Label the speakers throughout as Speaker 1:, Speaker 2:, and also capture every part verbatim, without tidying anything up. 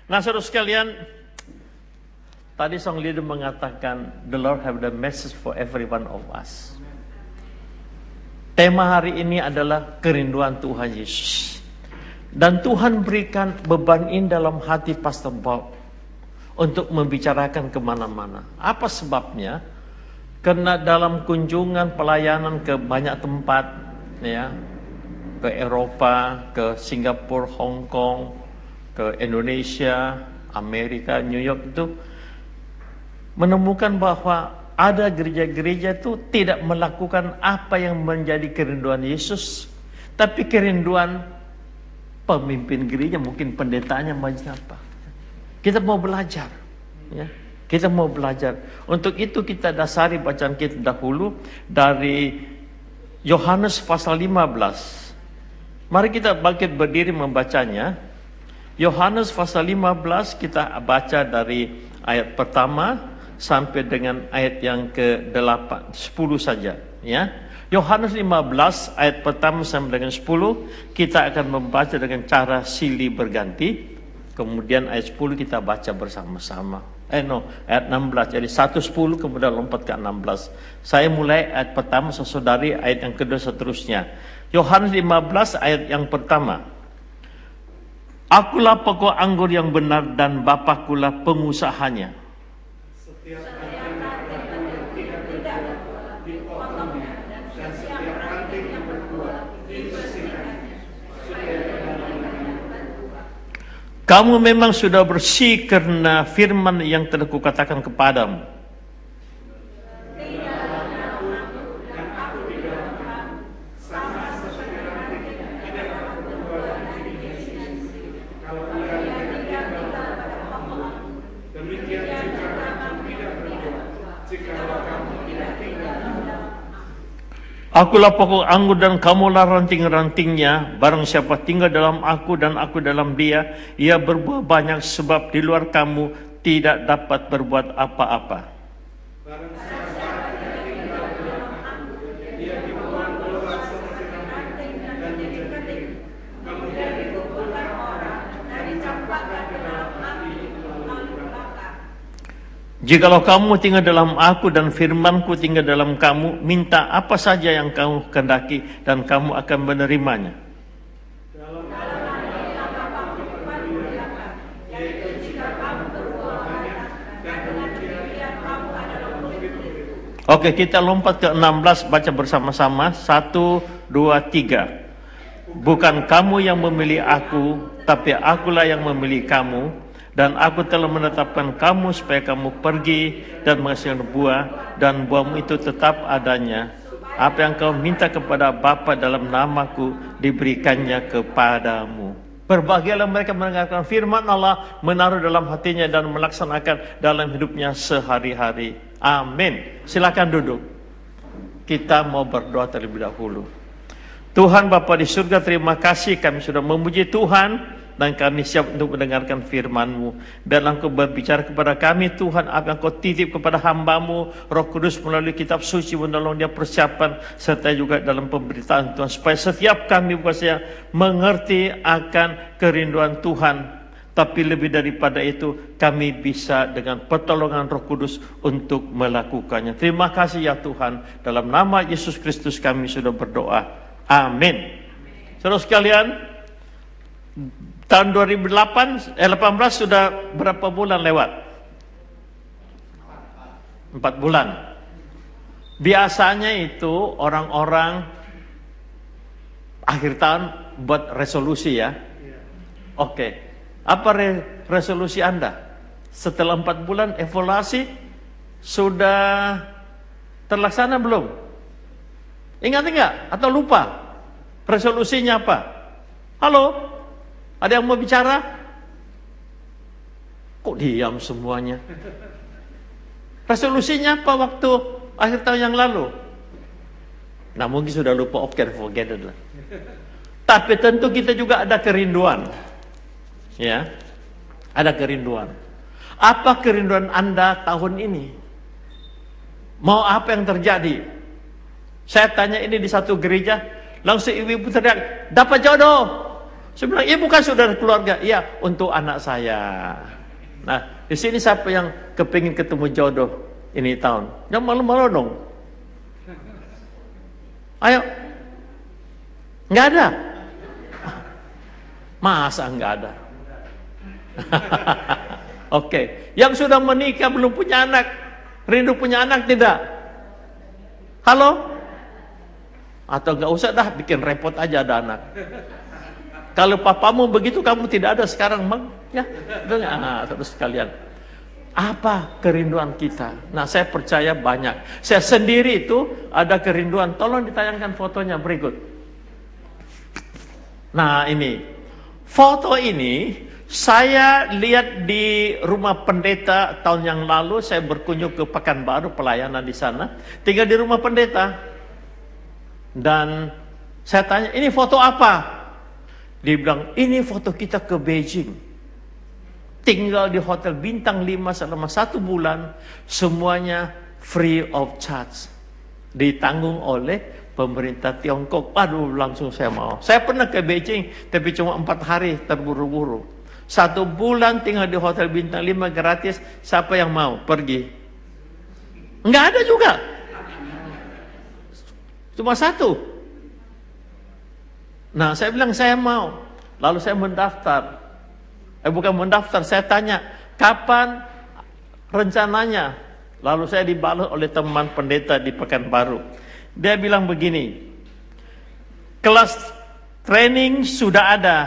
Speaker 1: Nah, saudara sekalian, tadi song leader mengatakan, the Lord have the message for every one of us. Tema hari ini adalah kerinduan Tuhan Yesus. Dan Tuhan berikan beban ini dalam hati Pastor Bob untuk membicarakan kemana-mana. Apa sebabnya? Karena dalam kunjungan pelayanan ke banyak tempat, ya, ke Eropa, ke Singapura, Hong Kong, ke Indonesia, Amerika, New York itu, menemukan bahwa ada gereja-gereja itu tidak melakukan apa yang menjadi kerinduan Yesus, tapi kerinduan pemimpin gereja, mungkin pendetanya, majelis apa. Kita mau belajar, ya. Kita mau belajar. Untuk itu kita dasari bacaan kita dahulu dari Yohanes pasal lima belas. Mari kita bangkit berdiri membacanya. Yohanes pasal lima belas kita baca dari ayat pertama sampai dengan ayat yang ke delapan, sepuluh saja, ya. Yohanes lima belas ayat pertama sampai dengan sepuluh kita akan membaca dengan cara silih berganti. Kemudian ayat sepuluh kita baca bersama-sama. Eh no, ayat enam belas. Jadi satu sepuluh kemudian lompat ke enam belas. Saya mulai ayat pertama, saudari ayat yang kedua seterusnya. Yohanes lima belas ayat yang pertama. Akulah pokok anggur yang benar dan Bapakulah pengusahanya. Setiap kamu memang sudah bersih karena firman yang telah kukatakan kepadamu. Akulah pokok anggur dan kamulah ranting-rantingnya. Barang siapa tinggal dalam aku dan aku dalam dia, ia berbuah banyak, sebab di luar kamu tidak dapat berbuat apa-apa. Barang siapa tidak tinggal dalam aku, ia dibuang keluar seperti ranting dan diketik, kemudian dikumpulkan orang dan dicampakkan ke dalam api lalu dibakar. Jikalau kamu tinggal dalam aku dan firmanku tinggal dalam kamu, minta apa saja yang kamu kehendaki dan kamu akan menerimanya. Oke, kita lompat ke enam belas, baca bersama-sama. Satu, dua, tiga. Bukan kamu yang memilih aku, tapi akulah yang memilih kamu. Dan aku telah menetapkan kamu supaya kamu pergi dan menghasilkan buah, dan buahmu itu tetap adanya. Apa yang kau minta kepada Bapa dalam namaku, diberikannya kepadamu. Berbahagialah mereka mendengarkan firman Allah, menaruh dalam hatinya dan melaksanakan dalam hidupnya sehari-hari. Amin. Silakan duduk. Kita mau berdoa terlebih dahulu. Tuhan Bapa di surga, terima kasih kami sudah memuji Tuhan. Dan kami siap untuk mendengarkan firman-Mu. Biarlah Engkau berbicara kepada kami, Tuhan, apa yang Kau titip kepada hamba-Mu. Roh Kudus melalui kitab suci menolong dia persiapan, serta juga dalam pemberitaan Tuhan, supaya setiap kami bukan saja mengerti akan kerinduan Tuhan, tapi lebih daripada itu kami bisa dengan pertolongan Roh Kudus untuk melakukannya. Terima kasih ya Tuhan. Dalam nama Yesus Kristus kami sudah berdoa. Amin. Saudara sekalian, tahun dua ribu delapan, eh, delapan belas sudah berapa bulan lewat? Empat bulan. Biasanya itu orang-orang akhir tahun buat resolusi ya. Oke, apa re- resolusi Anda? Setelah empat bulan evaluasi, sudah terlaksana belum? Ingat enggak? Atau lupa? Resolusinya apa? Halo? Ada yang mau bicara? Kok diam semuanya? Resolusinya apa waktu akhir tahun yang lalu? Nah mungkin sudah lupa, oke, okay, forget it lah. Tapi tentu kita juga ada kerinduan. Ya, ada kerinduan. Apa kerinduan Anda tahun ini? Mau apa yang terjadi? Saya tanya ini di satu gereja, langsung ibu-ibu teriak, dapat jodoh. Saya bilang, iya bukan saudara keluarga. Iya, untuk anak saya. Nah, di sini siapa yang kepingin ketemu jodoh ini tahun? Jangan malu-malu dong. Ayo. Nggak ada. Masa nggak ada? Oke, okay. Yang sudah menikah belum punya anak, rindu punya anak tidak? Halo? Atau nggak usah dah, bikin repot aja ada anak. Kalau papamu begitu, kamu tidak ada sekarang, Bang. Ya, nah, terus sekalian. Apa kerinduan kita? Nah, saya percaya banyak. Saya sendiri itu ada kerinduan. Tolong ditayangkan fotonya berikut. Nah, ini. Foto ini saya lihat di rumah pendeta tahun yang lalu. Saya berkunjung ke Pekanbaru, pelayanan di sana. Tinggal di rumah pendeta. Dan saya tanya, ini foto apa? Dia bilang, ini foto kita ke Beijing. Tinggal di hotel bintang lima selama satu bulan. Semuanya free of charge. Ditanggung oleh pemerintah Tiongkok. Aduh, langsung saya mau. Saya pernah ke Beijing, tapi cuma empat hari, terburu-buru. Satu bulan tinggal di hotel bintang lima gratis. Siapa yang mau pergi? Enggak ada juga. Cuma satu. Nah, saya bilang saya mau. Lalu saya mendaftar. Eh bukan mendaftar, saya tanya, kapan rencananya? Lalu saya dibalas oleh teman pendeta di Pekanbaru. Dia bilang begini, kelas training sudah ada,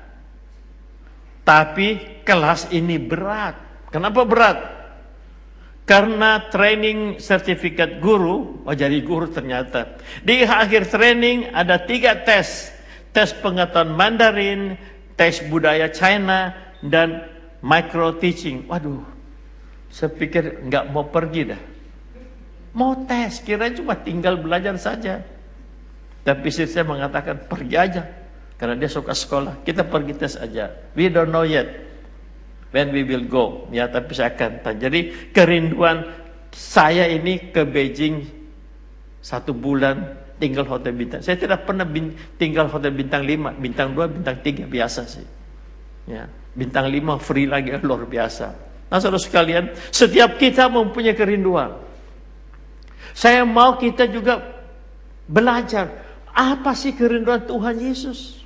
Speaker 1: tapi kelas ini berat. Kenapa berat? Karena training sertifikat guru, oh jadi guru ternyata. Di akhir training ada tiga tes. Tes pengetahuan Mandarin, tes budaya China, dan micro teaching. Waduh, saya pikir nggak mau pergi dah. Mau tes, kira cuma tinggal belajar saja. Tapi istri saya mengatakan pergi aja, karena dia suka sekolah. Kita pergi tes aja. We don't know yet when we will go. Ya, tapi saya akan tanya. Jadi kerinduan saya ini ke Beijing satu bulan. Tinggal hotel bintang. Saya tidak pernah bin, tinggal hotel bintang lima, bintang dua, bintang tiga biasa sih. Ya, bintang lima free lagi, luar biasa. Nah, saudara sekalian, setiap kita mempunyai kerinduan. Saya mau kita juga belajar apa sih kerinduan Tuhan Yesus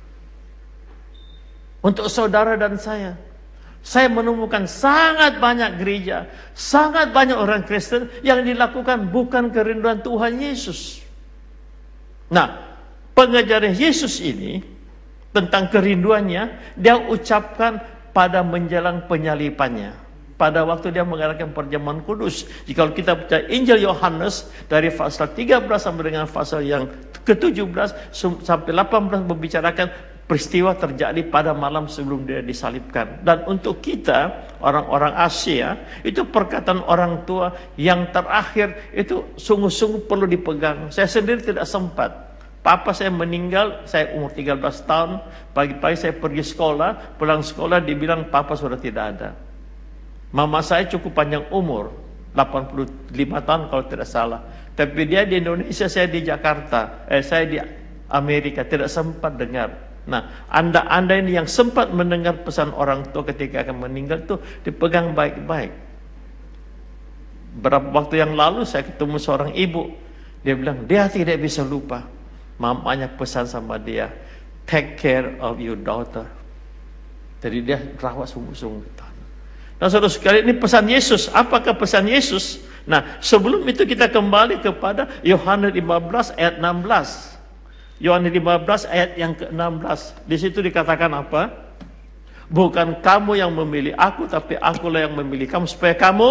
Speaker 1: untuk saudara dan saya. Saya menemukan sangat banyak gereja, sangat banyak orang Kristen yang dilakukan bukan kerinduan Tuhan Yesus. Nah, pengajaran Yesus ini tentang kerinduannya, dia ucapkan pada menjelang penyalipannya. Pada waktu dia mengadakan perjamuan kudus. Jika kita baca Injil Yohanes dari pasal tiga belas sampai dengan pasal yang ke tujuh belas sampai delapan belas membicarakan peristiwa terjadi pada malam sebelum dia disalibkan. Dan untuk kita, orang-orang Asia, itu perkataan orang tua yang terakhir itu sungguh-sungguh perlu dipegang. Saya sendiri tidak sempat. Papa saya meninggal, saya umur tiga belas tahun. Pagi-pagi saya pergi sekolah, pulang sekolah dibilang papa sudah tidak ada. Mama saya cukup panjang umur, delapan puluh lima tahun kalau tidak salah. Tapi dia di Indonesia, saya di Jakarta. Eh, saya di Amerika, tidak sempat dengar. Nah, anda-anda ini yang sempat mendengar pesan orang tua ketika akan meninggal itu dipegang baik-baik. Berapa waktu yang lalu saya ketemu seorang ibu. Dia bilang, dia tidak bisa lupa. Mamanya pesan sama dia, take care of your daughter. Jadi dia rawat sungguh-sungguh. Nah, saudara sekalian, ini pesan Yesus. Apakah pesan Yesus? Nah, sebelum itu kita kembali kepada Yohanes lima belas ayat enam belas. Yohanes lima belas ayat yang ke enam belas. Di situ dikatakan apa? Bukan kamu yang memilih aku, tapi akulah yang memilih kamu supaya kamu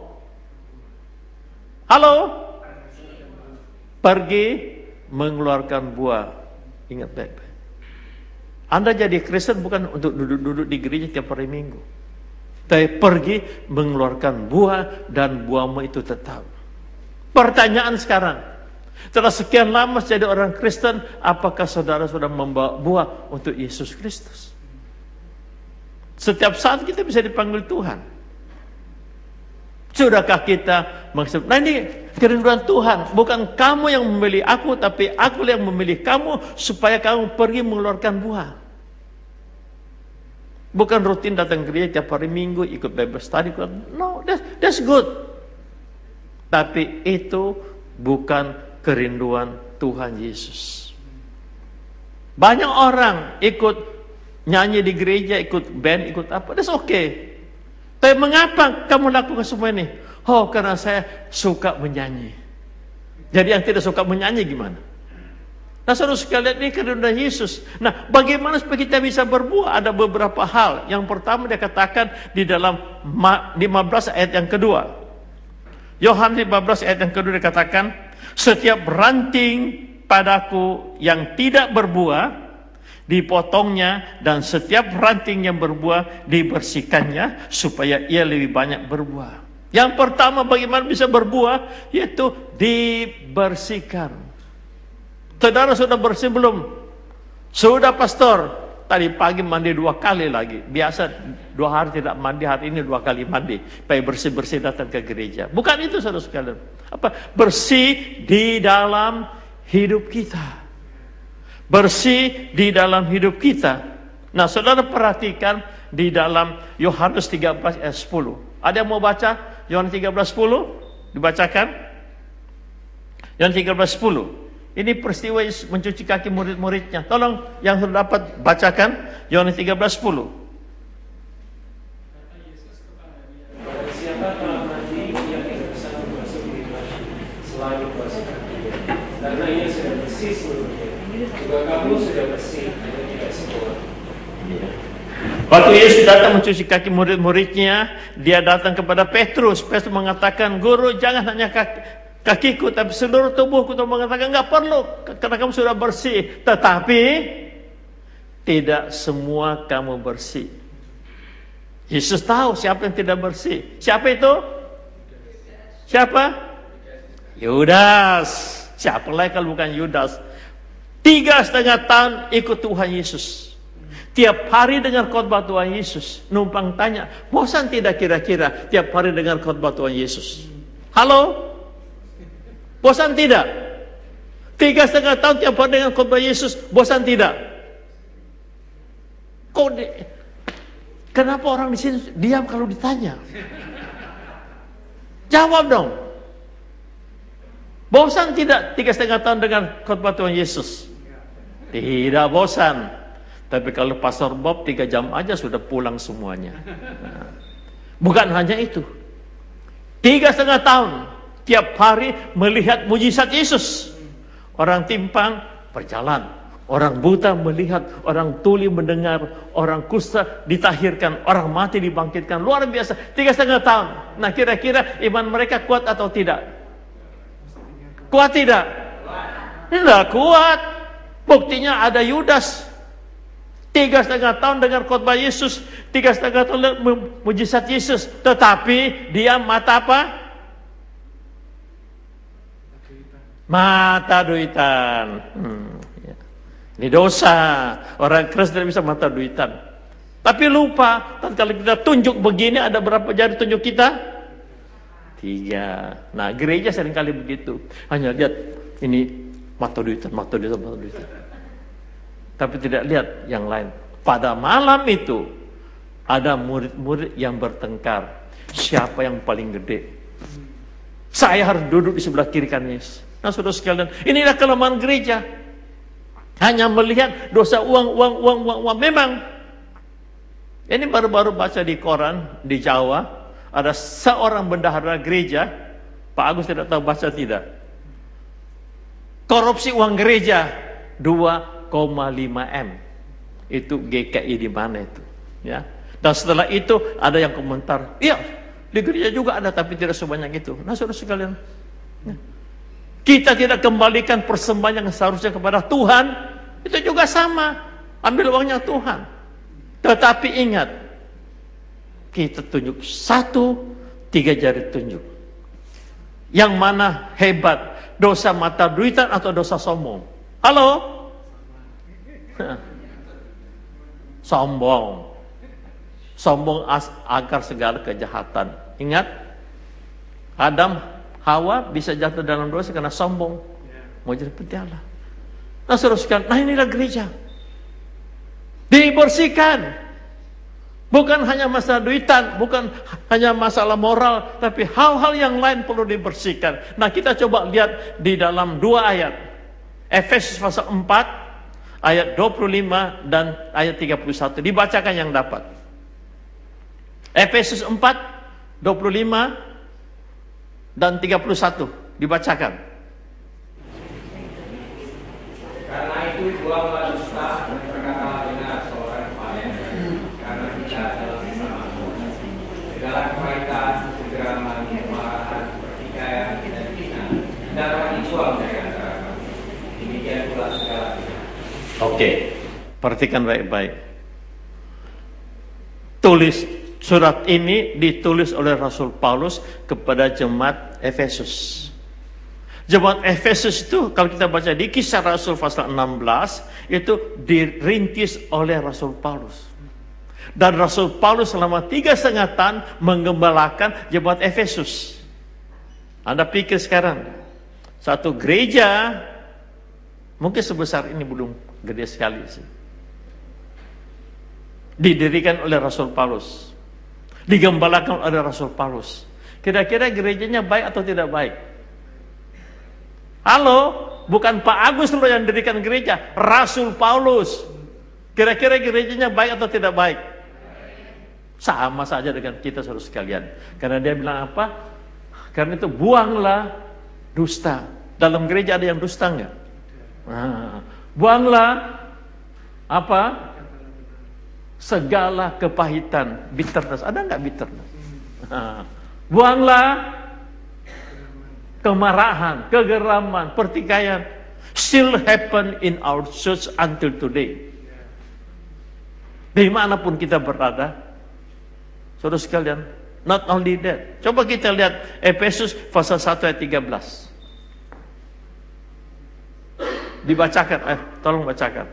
Speaker 1: halo pergi mengeluarkan buah. Ingat baik-baik. Anda jadi Kristen bukan untuk duduk-duduk di gereja tiap hari Minggu, tapi pergi mengeluarkan buah, dan buahmu itu tetap. Pertanyaan sekarang, setelah sekian lama jadi orang Kristen, apakah saudara sudah membawa buah untuk Yesus Kristus? Setiap saat kita bisa dipanggil Tuhan. Sudahkah kita maksud? Nah, ini kerinduan Tuhan. Bukan kamu yang memilih aku, tapi aku yang memilih kamu supaya kamu pergi mengeluarkan buah. Bukan rutin datang gereja tiap hari Minggu, ikut Bible study. No, that's, that's good. Tapi itu bukan kerinduan Tuhan Yesus. Banyak orang ikut nyanyi di gereja, ikut band, ikut apa, that's okay. Tapi mengapa kamu lakukan semua ini? Oh, karena saya suka menyanyi. Jadi yang tidak suka menyanyi gimana? Nah, saudara sekalian, ini kerinduan Yesus. Nah, bagaimana supaya kita bisa berbuah? Ada beberapa hal. Yang pertama dia katakan di dalam lima belas ayat yang kedua. Yohanes lima belas ayat yang kedua dikatakan, setiap ranting padaku yang tidak berbuah dipotongnya, dan setiap ranting yang berbuah dibersihkannya supaya ia lebih banyak berbuah. Yang pertama bagaimana bisa berbuah, yaitu dibersihkan. Saudara sudah bersih belum? Sudah, pastor. Tadi pagi mandi dua kali lagi. Biasa dua hari tidak mandi, hari ini dua kali mandi. Supaya bersih-bersih datang ke gereja. Bukan itu, saudara sekalian. Apa? Bersih di dalam hidup kita. Bersih di dalam hidup kita. Nah, saudara perhatikan di dalam Yohanes tiga belas ayat sepuluh. Ada yang mau baca Yohanes tiga belas sepuluh? Dibacakan. Yohanes tiga belas sepuluh. Ini peristiwa mencuci kaki murid-muridnya. Tolong yang sudah dapat bacakan Yohanes tiga belas sepuluh.
Speaker 2: Kata Yesus kepada dia, "Barang siapa telah mandi, ia tidak usah memasuki lagi selain memasuki kakinya, karena ia sudah bersih seluruhnya. Juga kamu sudah bersih, hanya tidak semua."
Speaker 1: Waktu Yesus datang mencuci kaki murid-muridnya, dia datang kepada Petrus. Petrus mengatakan, "Guru, jangan hanya kaki kakiku, tapi seluruh tubuhku." Tuhan mengatakan, enggak perlu, karena kamu sudah bersih. Tetapi tidak semua kamu bersih. Yesus tahu siapa yang tidak bersih. Siapa itu? Siapa? Yudas. Siapa lagi kalau bukan Yudas? Tiga setengah tahun ikut Tuhan Yesus. Tiap hari dengar khotbah Tuhan Yesus. Numpang tanya, bosan tidak kira-kira tiap hari dengar khotbah Tuhan Yesus? Halo? Bosan tidak? Tiga setengah tahun tiap hari dengan khotbah Yesus, bosan tidak? Kok di, kenapa orang di sini diam kalau ditanya? Jawab dong. Bosan tidak tiga setengah tahun dengan khotbah Tuhan Yesus? Tidak bosan. Tapi kalau Pastor Bob tiga jam aja sudah pulang semuanya. Nah, bukan hanya itu. Tiga setengah tahun tiap hari melihat mujizat Yesus. Orang timpang berjalan, orang buta melihat, orang tuli mendengar, orang kusta ditahirkan, orang mati dibangkitkan. Luar biasa, tiga setengah tahun. Nah, kira-kira iman mereka kuat atau tidak? Kuat tidak? Tidak kuat. Buktinya ada Yudas. Tiga setengah tahun dengar khotbah Yesus, tiga setengah tahun lihat mujizat Yesus, tetapi dia mata apa? Mata duitan. Hmm, ya. Ini dosa. Orang Kristen tidak bisa mata duitan. Tapi lupa, kalau kita tunjuk begini, ada berapa jari tunjuk kita? Tiga. Nah, gereja seringkali begitu. Hanya lihat ini mata duitan, mata duitan, mata duitan. Tapi tidak lihat yang lain. Pada malam itu ada murid-murid yang bertengkar. Siapa yang paling gede? Saya harus duduk di sebelah kiri kanan Yesus. Nah, saudara sekalian, inilah kelemahan gereja. Hanya melihat dosa uang, uang, uang, uang, uang. Memang ini baru-baru baca di koran di Jawa, ada seorang bendahara gereja. Pak Agus tidak tahu baca tidak? Korupsi uang gereja dua koma lima M. Itu G K I di mana itu? Ya. Dan setelah itu ada yang komentar, iya di gereja juga ada, tapi tidak sebanyak itu. Nah, saudara sekalian, ya. Kita tidak kembalikan persembahan yang seharusnya kepada Tuhan, itu juga sama, ambil uangnya Tuhan. Tetapi ingat, kita tunjuk satu, tiga jari tunjuk. Yang mana hebat, dosa mata duitan atau dosa sombong? Halo? Sombong. Sombong agar segala kejahatan. Ingat, Adam, Hawa bisa jatuh dalam dosa karena sombong. Mau jadi seperti Allah. Nah, saudara sekalian, nah inilah gereja. Dibersihkan. Bukan hanya masalah duitan, bukan hanya masalah moral, tapi hal-hal yang lain perlu dibersihkan. Nah, kita coba lihat di dalam dua ayat. Efesus pasal empat, ayat dua puluh lima dan ayat tiga puluh satu. Dibacakan yang dapat. Efesus empat, dua puluh lima dan tiga puluh satu. Dibacakan.
Speaker 3: Karena itu buanglah dusta dan perkataan benar seorang paling, karena kita adalah bersamamu. Segala kebaikan, kegeraman, kemarahan, pertikaian, dan fitnah hendaklah dibuang dari antara kamu. Demikian pula segala fitnah.
Speaker 1: Oke, perhatikan baik-baik. Tulis surat ini ditulis oleh Rasul Paulus kepada jemaat Efesus. Jemaat Efesus itu kalau kita baca di Kisah Rasul pasal enam belas itu dirintis oleh Rasul Paulus. Dan Rasul Paulus selama tiga setengah tahun menggembalakan jemaat Efesus. Anda pikir sekarang satu gereja mungkin sebesar ini belum gede sekali sih. Didirikan oleh Rasul Paulus. Digembalakan oleh Rasul Paulus. Kira-kira gerejanya baik atau tidak baik? Halo, bukan Pak Agus loh yang dirikan gereja, Rasul Paulus. Kira-kira gerejanya baik atau tidak baik? Sama saja dengan kita saudara sekalian. Karena dia bilang apa? Karena itu buanglah dusta. Dalam gereja ada yang dusta enggak? Nah, buanglah apa? Segala kepahitan, bitterness. Ada enggak bitterness? Nah, buanglah kemarahan, kegeraman, pertikaian. Still happen in our church until today. Dimanapun kita berada, saudara sekalian, not only that. Coba kita lihat Efesus pasal satu ayat tiga belas. Dibacakan, eh, tolong bacakan.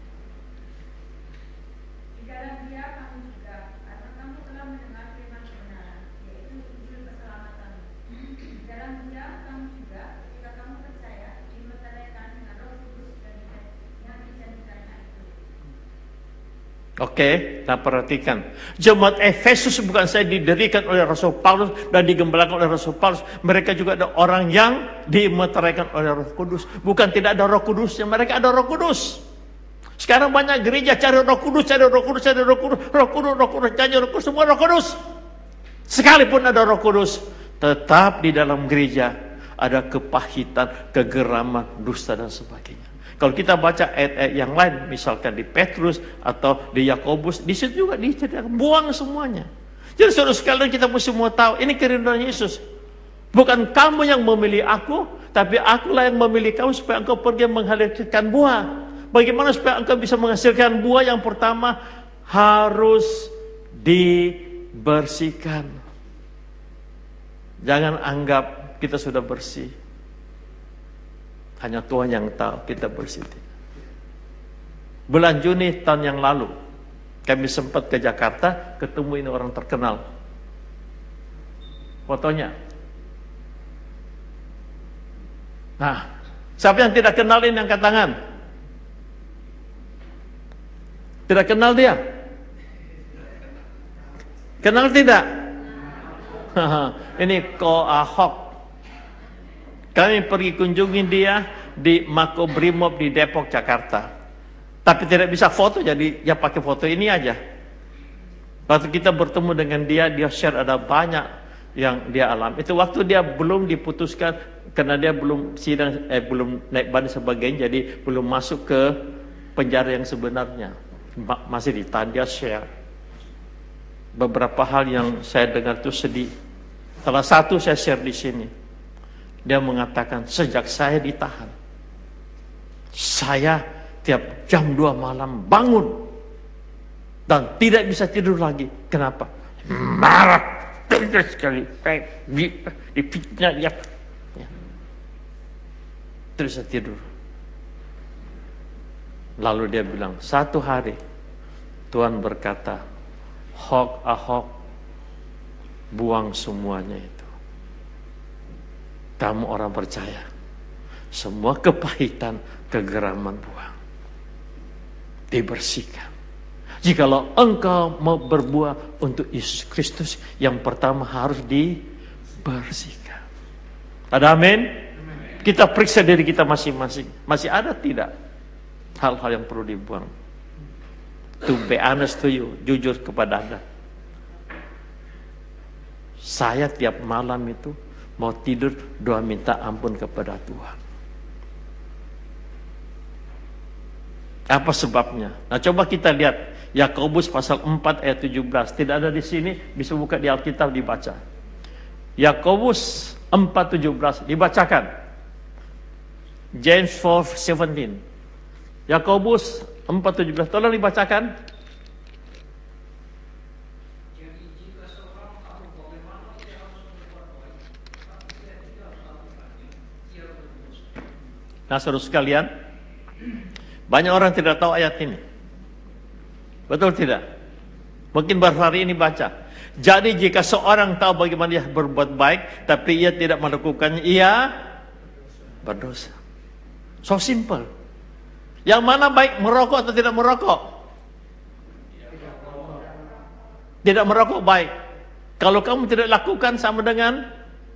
Speaker 1: Oke, nah perhatikan. Jemaat Efesus bukan saja didirikan oleh Rasul Paulus dan digembalakan oleh Rasul Paulus. Mereka juga ada orang yang dimeteraikan oleh Roh Kudus. Bukan tidak ada Roh Kudusnya, mereka ada Roh Kudus. Sekarang banyak gereja cari Roh Kudus, cari Roh Kudus, cari Roh Kudus, Roh Kudus, Roh Kudus, cari Roh Kudus, semua Roh Kudus. Sekalipun ada Roh Kudus, tetap di dalam gereja ada kepahitan, kegeraman, dusta dan sebagainya. Kalau kita baca ayat-ayat yang lain, misalkan di Petrus atau di Yakobus, di situ juga diceritakan buang semuanya. Jadi saudara sekalian kita mesti semua tahu, ini kerinduan Yesus. Bukan kamu yang memilih aku, tapi akulah yang memilih kamu supaya engkau pergi menghasilkan buah. Bagaimana supaya engkau bisa menghasilkan buah? Yang pertama harus dibersihkan. Jangan anggap kita sudah bersih. Hanya Tuhan yang tahu kita bersih. Bulan Juni tahun yang lalu, kami sempat ke Jakarta, ketemu ini orang terkenal. Fotonya. Nah, siapa yang tidak kenal ini angkat tangan? Tidak kenal dia? Kenal tidak? Ini Ko Ahok. Kami pergi kunjungi dia di Makobrimob di Depok, Jakarta. Tapi tidak bisa foto, jadi ya pakai foto ini aja. Waktu kita bertemu dengan dia, dia share ada banyak yang dia alami. Itu waktu dia belum diputuskan karena dia belum sidang, eh belum naik banding sebagainya, jadi belum masuk ke penjara yang sebenarnya. Masih ditahan, dia share beberapa hal yang saya dengar itu sedih. Salah satu saya share di sini. Dia mengatakan, sejak saya ditahan, saya tiap jam dua malam bangun dan tidak bisa tidur lagi. Kenapa? Marah sekali, difitnah dia, terus saya tidur. Lalu dia bilang, satu hari Tuhan berkata, Hok Ahok, buang semuanya itu. Kamu orang percaya, semua kepahitan, kegeraman buang, dibersihkan. Jikalau engkau mau berbuah untuk Yesus Kristus, yang pertama harus dibersihkan. Ada amin? Kita periksa diri kita masing-masing. Masih ada tidak hal-hal yang perlu dibuang? To be honest to you, jujur kepada Anda. Saya tiap malam itu mau tidur doa minta ampun kepada Tuhan. Apa sebabnya? Nah, coba kita lihat Yakobus pasal empat ayat tujuh belas. Tidak ada di sini, bisa buka di Alkitab dibaca. Yakobus empat tujuh belas dibacakan. James four seventeen. Yakobus empat tujuh belas, tolong dibacakan. Nah, saudara sekalian, banyak orang tidak tahu ayat ini. Betul tidak? Mungkin baru hari ini baca. Jadi jika seorang tahu bagaimana dia berbuat baik, tapi ia tidak melakukannya, ia berdosa. So simple. Yang mana baik, merokok atau tidak merokok? Tidak merokok baik. Kalau kamu tidak lakukan sama dengan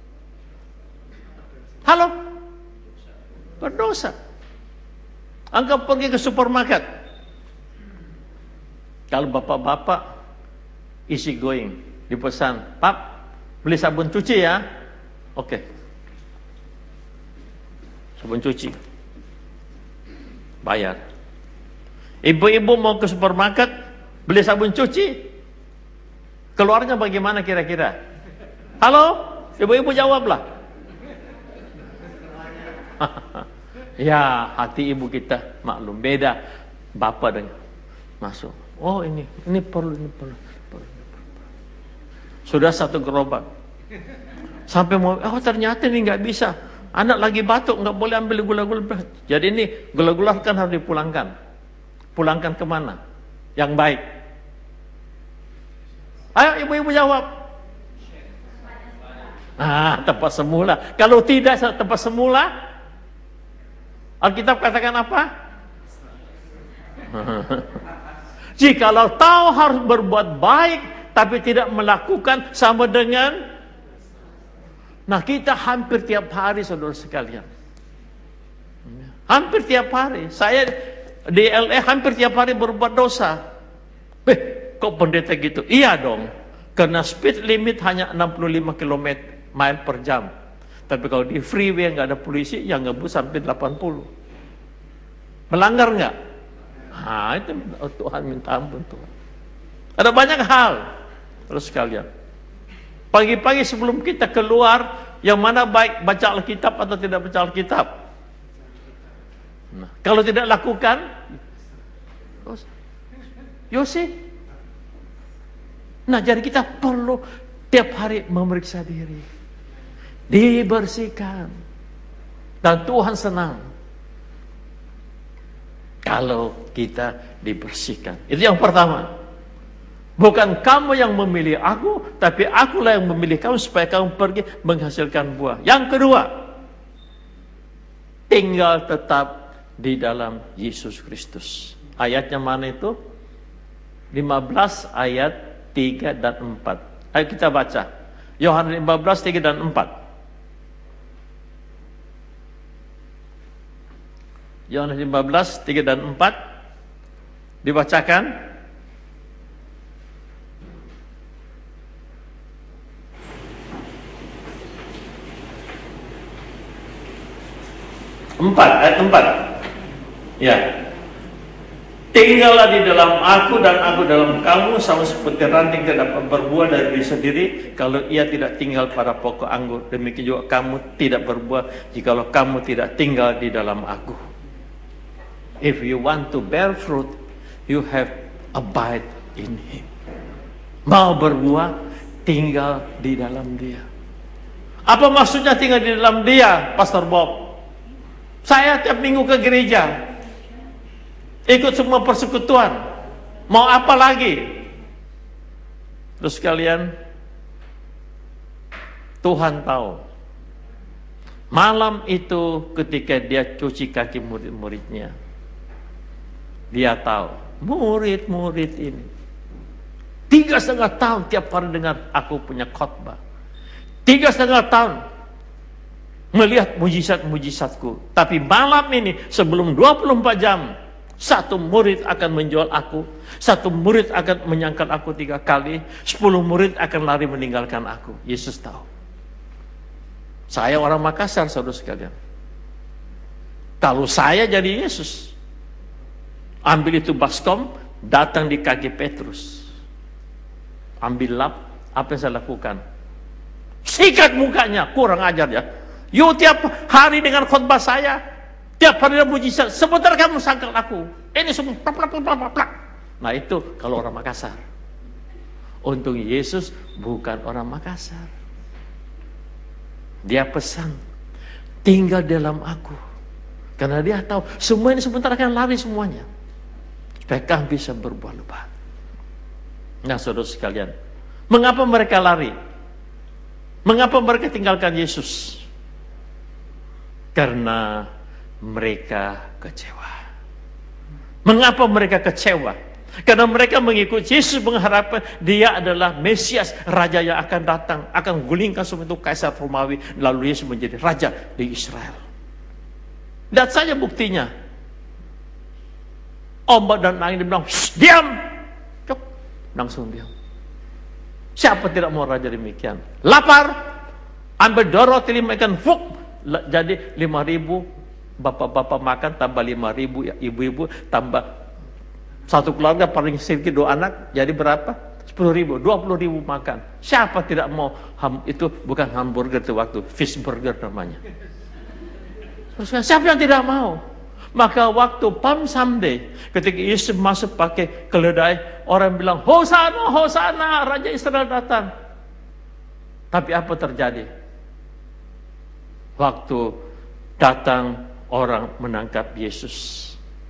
Speaker 1: halo, berdosa. Engkau pergi ke supermarket. Kalau bapak-bapak easy going, dipesan, "Pap, beli sabun cuci ya." Oke. Sabun cuci. Bayar. Ibu-ibu mau ke supermarket, beli sabun cuci. Keluarnya bagaimana kira-kira? Halo? Ibu-ibu jawablah. Ya, hati ibu kita maklum, beda bapak dengan masuk. Oh, ini ini perlu ini perlu, perlu, perlu. Sudah satu gerobak. Sampai mau, oh ternyata ini nggak bisa. Anak lagi batuk, nggak boleh ambil gula-gula. Jadi ini gula-gula kan harus dipulangkan. Pulangkan kemana? Yang baik. Ayo ibu-ibu jawab. Ah, tempat semula. Kalau tidak tempat semula, Alkitab katakan apa? Jikalau tahu harus berbuat baik, tapi tidak melakukan, sama dengan. Nah, kita hampir tiap hari, saudara sekalian. Hampir tiap hari. Saya di L A hampir tiap hari berbuat dosa. Eh, kok pendeta gitu? Iya dong. Karena speed limit hanya enam puluh lima kilometer mile per jam. Tapi kalau di freeway nggak ada polisi, yang ngebut sampai delapan puluh. Melanggar nggak? Nah, itu oh, Tuhan minta ampun Tuhan. Ada banyak hal, terus sekalian. Pagi-pagi sebelum kita keluar, yang mana baik baca Alkitab atau tidak baca Alkitab? Nah, kalau tidak lakukan, Yosi. Nah, jadi kita perlu tiap hari memeriksa diri, dibersihkan, dan Tuhan senang kalau kita dibersihkan. Itu yang pertama. Bukan kamu yang memilih aku, tapi akulah yang memilih kamu supaya kamu pergi menghasilkan buah. Yang kedua, tinggal tetap di dalam Yesus Kristus. Ayatnya mana itu? lima belas ayat tiga dan empat. Ayo kita baca. Yohanes lima belas, tiga dan empat. Yohanes lima belas, tiga dan empat. Dibacakan. Empat, ayat empat. Ya. Tinggallah di dalam aku dan aku dalam kamu, sama seperti ranting tidak dapat berbuah dari diri sendiri kalau ia tidak tinggal pada pokok anggur. Demikian juga kamu tidak berbuah jikalau kamu tidak tinggal di dalam aku. If you want to bear fruit, you have abide in Him. Mau berbuah, tinggal di dalam Dia. Apa maksudnya tinggal di dalam Dia, Pastor Bob? Saya tiap minggu ke gereja, ikut semua persekutuan, mau apa lagi? Terus kalian, Tuhan tahu. Malam itu ketika dia cuci kaki murid-muridnya, dia tahu murid-murid ini. Tiga setengah tahun tiap hari dengar aku punya khotbah. Tiga setengah tahun melihat mujizat-mujizatku. Tapi malam ini sebelum dua puluh empat jam, satu murid akan menjual aku, satu murid akan menyangkal aku tiga kali, sepuluh murid akan lari meninggalkan aku. Yesus tahu. Saya orang Makassar, saudara sekalian. Kalau saya jadi Yesus, ambil itu baskom, datang di kaki Petrus, ambil lap, apa yang saya lakukan? Sikat mukanya, kurang ajar ya. You tiap hari dengan khotbah saya, tiap hari ada mujizat, sebentar kamu sangkal aku. Ini semua plak, plak, plak, plak, plak. Nah itu kalau orang Makassar. Untung Yesus bukan orang Makassar. Dia pesan, tinggal dalam aku. Karena dia tahu semua ini sebentar akan lari semuanya. Supaya kami bisa berbuah lebat. Nah saudara sekalian, mengapa mereka lari? Mengapa mereka tinggalkan Yesus? Karena mereka kecewa. Mengapa mereka kecewa? Karena mereka mengikuti Yesus, mengharapkan dia adalah Mesias, Raja yang akan datang, akan gulingkan semua itu Kaisar Romawi, lalu Yesus menjadi Raja di Israel. Lihat saja buktinya. Ombak dan angin bilang, diam! Cuk, langsung diam. Siapa tidak mau raja demikian? Lapar, ambil dua roti lima ikan, fuk, jadi lima ribu. Bapak-bapak makan, tambah lima ribu, ibu-ibu tambah satu keluarga paling sedikit dua anak, jadi berapa? Sepuluh ribu, dua puluh ribu makan. Siapa tidak mau? Ham, itu bukan hamburger itu waktu, fish burger namanya. Siapa yang tidak mau? Maka waktu Palm Sunday, ketika Yesus masuk pakai keledai, orang bilang, Hosana, Hosana, Raja Israel datang. Tapi apa terjadi? Waktu datang orang menangkap Yesus,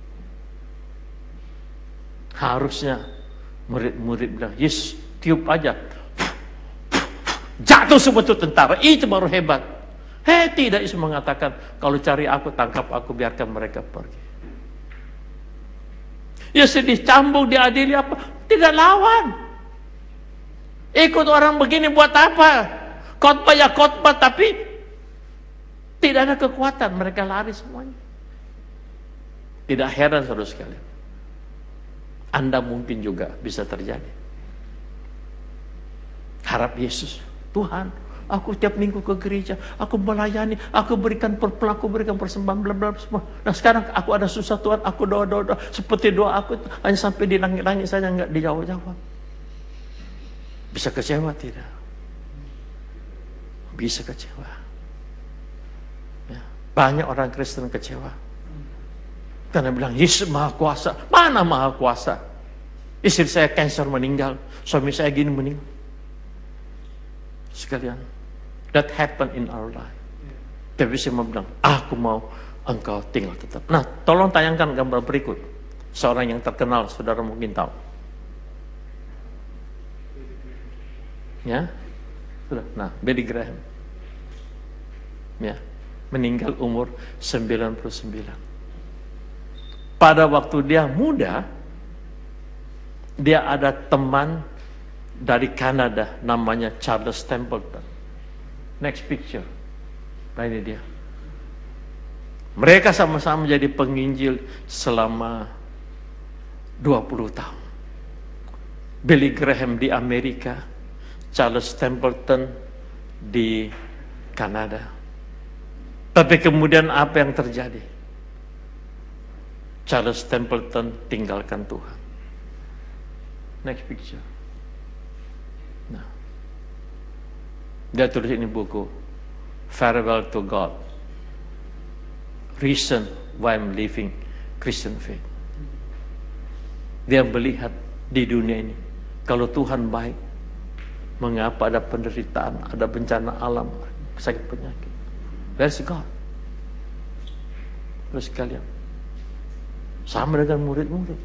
Speaker 1: harusnya murid-murid bilang, Yesus tiup aja, jatuh semua itu tentara, itu baru hebat. Hei tidak, Yesus mengatakan, kalau cari aku, tangkap aku, biarkan mereka pergi. Yesus dicambuk, diadili apa? Tidak lawan. Ikut orang begini buat apa? Khotbah ya khotbah, tapi tidak ada kekuatan, mereka lari semuanya. Tidak heran saudara sekalian, Anda mungkin juga bisa terjadi. Harap Yesus, Tuhan, aku tiap minggu ke gereja, aku melayani, aku berikan perpelaku, berikan persembahan, bla bla semua. Nah sekarang aku ada susah Tuhan, aku doa doa doa, seperti doa aku hanya sampai di langit-langit saja, nggak dijawab-jawab. Bisa kecewa tidak? Bisa kecewa. Ya. Banyak orang Kristen kecewa karena bilang Yesus maha kuasa. Mana maha kuasa? Istri saya kanker meninggal, suami saya gini meninggal. Sekalian, that happen in our life. Tapi saya mau bilang, aku mau engkau tinggal tetap. Nah, tolong tayangkan gambar berikut. Seorang yang terkenal, saudara mungkin tahu. Ya, sudah. Nah, Billy Graham. Ya, meninggal umur sembilan puluh sembilan. Pada waktu dia muda, dia ada teman dari Kanada namanya Charles Templeton. Next picture. Nah ini dia. Mereka sama-sama jadi penginjil selama dua puluh tahun. Billy Graham di Amerika, Charles Templeton di Kanada. Tapi kemudian apa yang terjadi? Charles Templeton tinggalkan Tuhan. Next picture. Nah, dia tulis ini buku, Farewell to God, Reason Why I'm Living Christian Faith. Dia melihat di dunia ini, kalau Tuhan baik, mengapa ada penderitaan, ada bencana alam, sakit penyakit? Where's God? Terus sekalian, sama dengan murid-murid,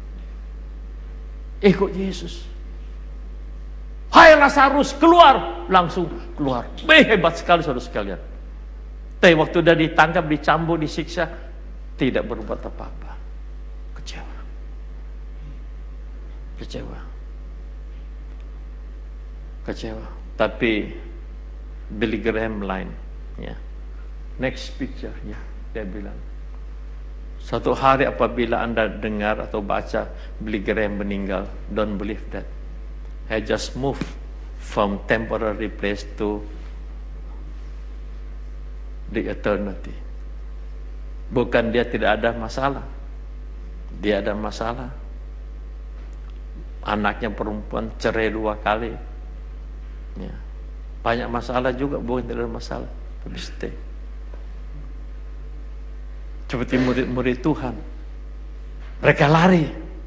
Speaker 1: ikut Yesus. Hai Lazarus, keluar, langsung keluar. Beh, hebat sekali saudara sekalian. Tapi waktu dia ditangkap, dicambuk, disiksa, tidak berbuat apa-apa. Kecewa. Kecewa. Kecewa. Tapi Billy Graham lain, ya. Next picture, ya. Dia bilang, suatu hari apabila Anda dengar atau baca Billy Graham meninggal, don't believe that. I just moved from temporary place to the eternity. Bukan dia tidak ada masalah. Dia ada masalah. Anaknya perempuan cerai dua kali. Ya. Banyak masalah juga, bukan tidak ada masalah. Tapi stay. Seperti murid-murid Tuhan. Mereka lari.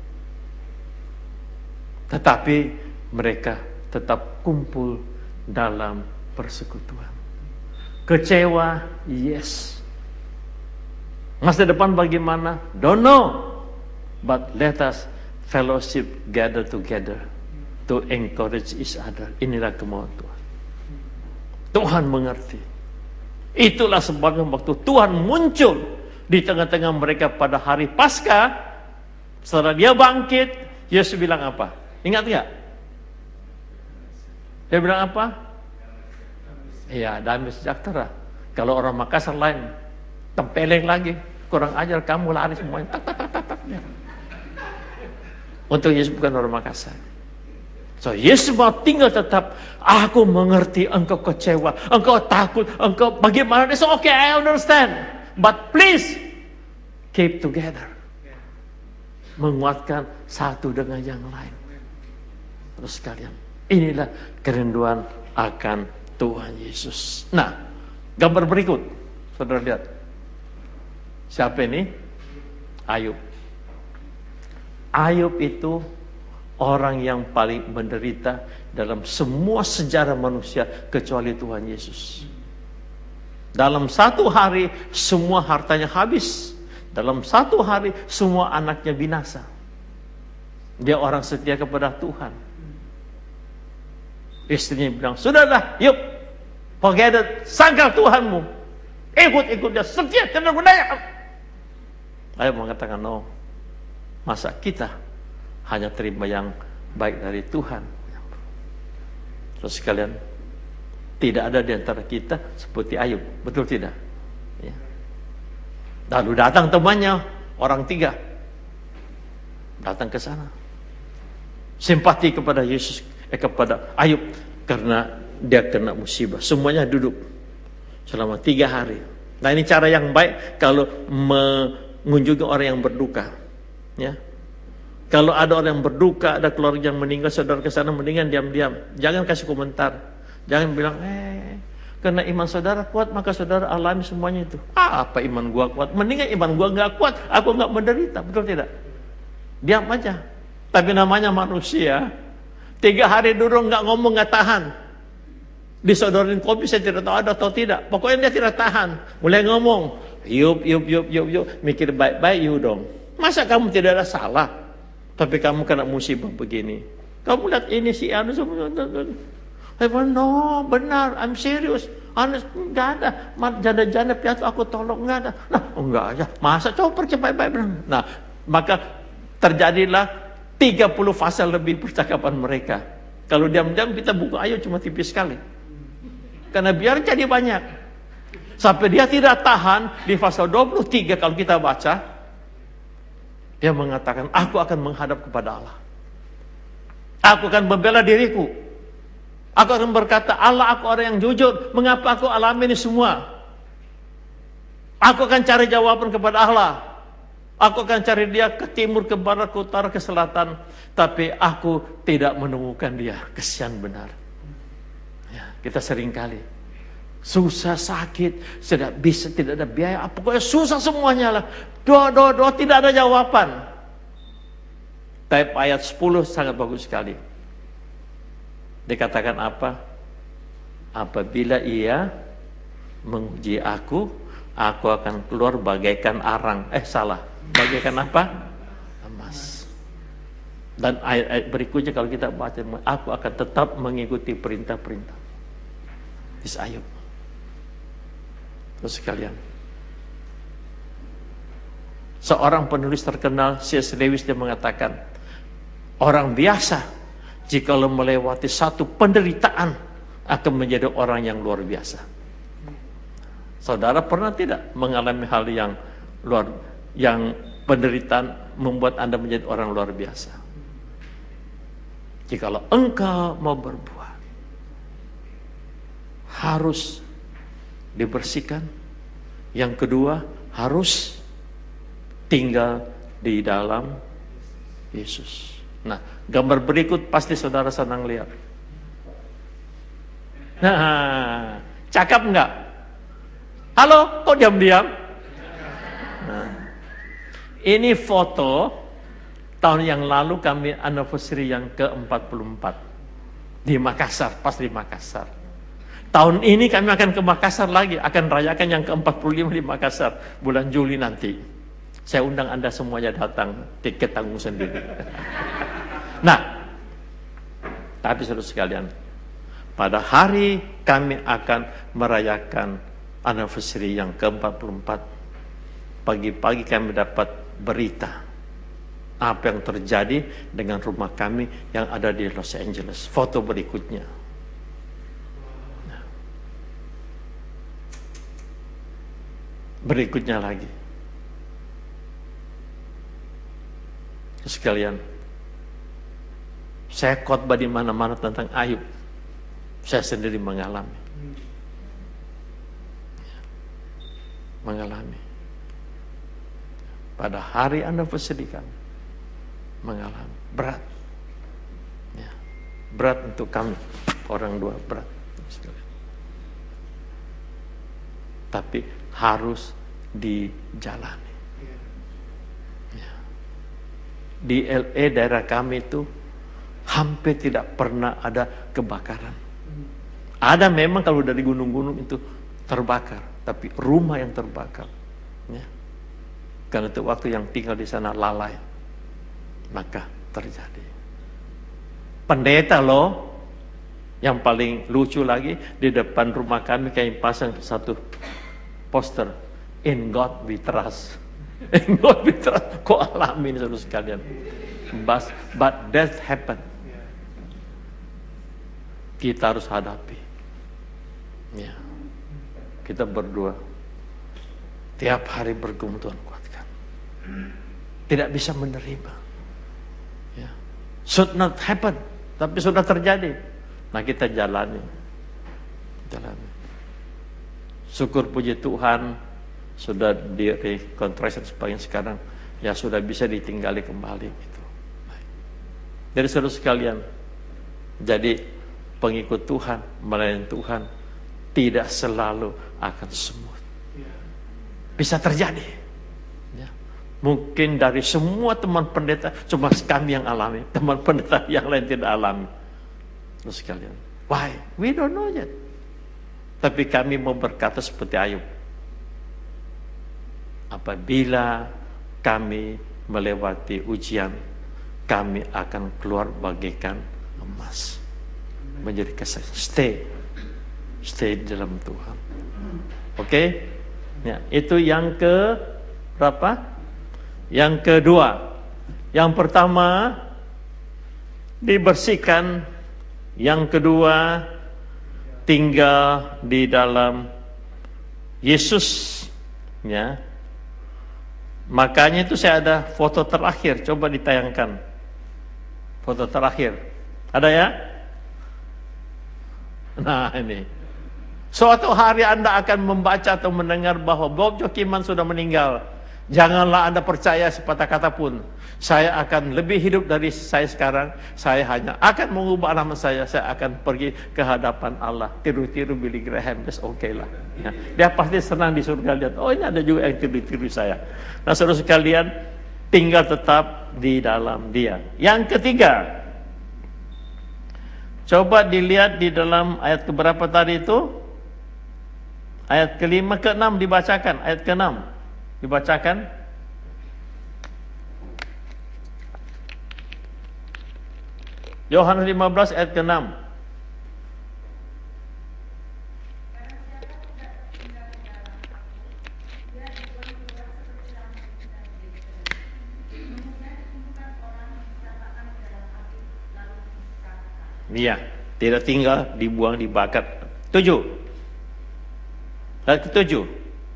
Speaker 1: Tetapi mereka tetap kumpul dalam persekutuan. Kecewa, yes. Masa depan bagaimana? Don't know. But let us fellowship, gather together to encourage each other. Inilah kemauan Tuhan. Tuhan mengerti. Itulah sebabnya waktu Tuhan muncul di tengah-tengah mereka pada hari Paskah, setelah dia bangkit, Yesus bilang apa? Ingat enggak? Dia bilang apa? Iya, damai sejahtera. Kalau orang Makassar lain, tempeleng lagi, kurang ajar kamu lari semuanya. Tak, tak, tak, tak, tak. Untuk Yesus bukan orang Makassar. So Yesus mau tinggal tetap. Aku mengerti engkau kecewa, engkau takut, engkau bagaimana. It's okay, I understand. But please keep together. Menguatkan satu dengan yang lain. Terus sekalian, inilah kerinduan akan Tuhan Yesus. Nah, gambar berikut, saudara lihat. Siapa ini? Ayub. Ayub itu orang yang paling menderita dalam semua sejarah manusia kecuali Tuhan Yesus. Dalam satu hari semua hartanya habis. Dalam satu hari semua anaknya binasa. Dia orang setia kepada Tuhan. Istrinya bilang, sudahlah, yuk, forget it, sangkal Tuhanmu, ikut-ikut dia, setia, tidak berdaya. Ayub mengatakan, no, masa kita hanya terima yang baik dari Tuhan. Terus sekalian, tidak ada di antara kita seperti Ayub, betul tidak? Ya. Lalu datang temannya, orang tiga, datang ke sana, simpati kepada Yesus, eh, kepada Ayub, karena dia kena musibah. Semuanya duduk selama tiga hari. Nah, ini cara yang baik kalau mengunjungi orang yang berduka. Ya, kalau ada orang yang berduka, ada keluarga yang meninggal, saudara ke sana mendingan diam-diam, jangan kasih komentar, jangan bilang, eh, karena iman saudara kuat maka saudara alami semuanya itu. Ah, apa iman gua kuat? Mendingan iman gua nggak kuat, aku nggak menderita, betul tidak? Diam aja. Tapi namanya manusia, tiga hari dulu nggak ngomong, nggak tahan. Disodorin kopi saya tidak tahu ada atau tidak. Pokoknya dia tidak tahan. Mulai ngomong, yup, yup, yup, yup, yup, mikir baik-baik you dong. Masa kamu tidak ada salah, tapi kamu kena musibah begini? Kamu lihat ini si anu semua. No, benar, I'm serious. Honest, nggak ada. Janda-janda piatu aku tolong, nggak ada. Nah, enggak aja. Masa coba percaya baik-baik. Nah, maka terjadilah tiga puluh pasal lebih percakapan mereka. Kalau diam-diam kita buka ayo cuma tipis sekali. Karena biar jadi banyak. Sampai dia tidak tahan di pasal dua puluh tiga kalau kita baca. Dia mengatakan, aku akan menghadap kepada Allah. Aku akan membela diriku. Aku akan berkata, Allah, aku orang yang jujur. Mengapa aku alami ini semua? Aku akan cari jawaban kepada Allah. Aku akan cari dia ke timur, ke barat, ke utara, ke selatan. Tapi aku tidak menemukan dia. Kesian benar. Ya, kita seringkali susah, sakit, tidak bisa, tidak ada biaya. Pokoknya susah semuanya lah. Doa, doa, doa, tidak ada jawaban. Tapi ayat sepuluh sangat bagus sekali. Dikatakan apa? Apabila ia menguji aku, aku akan keluar bagaikan arang. Eh salah, bagaikan apa? Emas. Dan ayat-ayat berikutnya kalau kita baca, aku akan tetap mengikuti perintah-perintah. Is Ayub. Terus sekalian, seorang penulis terkenal C S Lewis dia mengatakan, Orang biasa jikalau melewati satu penderitaan akan menjadi orang yang luar biasa. Saudara pernah tidak mengalami hal yang luar yang penderitaan membuat Anda menjadi orang luar biasa? Jikalau engkau mau berbuat, harus dibersihkan. Yang kedua, harus tinggal di dalam Yesus. Nah, gambar berikut pasti saudara senang lihat. Nah, cakep enggak? Halo, kok diam-diam? Nah, ini foto tahun yang lalu kami anniversary yang ke empat puluh empat di Makassar, pas di Makassar. Tahun ini kami akan ke Makassar lagi, akan rayakan yang ke empat puluh lima di Makassar bulan Juli nanti. Saya undang Anda semuanya datang, tiket tanggung sendiri. Nah, tapi saudara sekalian, pada hari kami akan merayakan anniversary yang ke empat puluh empat, pagi-pagi kami dapat berita apa yang terjadi dengan rumah kami yang ada di Los Angeles. Foto berikutnya. Nah. Berikutnya lagi. Sekalian, saya khotbah di mana-mana tentang Ayub. Saya sendiri mengalami. Mengalami. Pada hari anniversary kami mengalami berat. Ya. Berat untuk kami, orang dua berat. Tapi harus dijalani. Di L A daerah kami itu hampir tidak pernah ada kebakaran. Ada memang kalau dari gunung-gunung itu terbakar, tapi rumah yang terbakar. Ya. Karena itu waktu yang tinggal di sana lalai, maka terjadi. Pendeta loh, yang paling lucu lagi di depan rumah kami kayak pasang satu poster, "In God We Trust." Enggak bisa kok alamin saudara sekalian. But, but that happen. Kita harus hadapi. Ya. Kita berdua tiap hari bergumul, Tuhan kuatkan. Tidak bisa menerima. Ya. Should not happen, tapi sudah terjadi. Nah, kita jalani. Jalani. Syukur puji Tuhan, sudah di reconstruction sebagian sekarang ya sudah bisa ditinggali kembali gitu. Dari saudara sekalian, jadi pengikut Tuhan, melayani Tuhan tidak selalu akan smooth. Bisa terjadi. Ya. Mungkin dari semua teman pendeta cuma kami yang alami, teman pendeta yang lain tidak alami. Saudara sekalian, why? We don't know yet. Tapi kami mau berkata seperti Ayub. Apabila kami melewati ujian, kami akan keluar bagaikan emas. Menjadi kesaksian. Stay. Stay di dalam Tuhan. Oke? Okay? Ya, itu yang ke berapa? Yang kedua. Yang pertama dibersihkan. Yang kedua tinggal di dalam Yesus. Ya. Makanya itu saya ada foto terakhir, coba ditayangkan. Foto terakhir. Ada ya? Nah, ini. Suatu hari Anda akan membaca atau mendengar bahwa Bob Jokiman sudah meninggal. Janganlah Anda percaya sepatah kata pun. Saya akan lebih hidup dari saya sekarang. Saya hanya akan mengubah nama saya. Saya akan pergi ke hadapan Allah. Tiru-tiru Billy Graham, that's okay lah. Ya. Dia pasti senang di surga lihat, oh ini ada juga yang tiru-tiru saya. Nah saudara sekalian, tinggal tetap di dalam Dia. Yang ketiga, coba dilihat di dalam ayat keberapa tadi itu? Ayat kelima, keenam dibacakan. Ayat keenam dibacakan. Yohanes lima belas ayat keenam. Iya, tidak tinggal, dibuang, dibakar. Tujuh. Ayat ketujuh.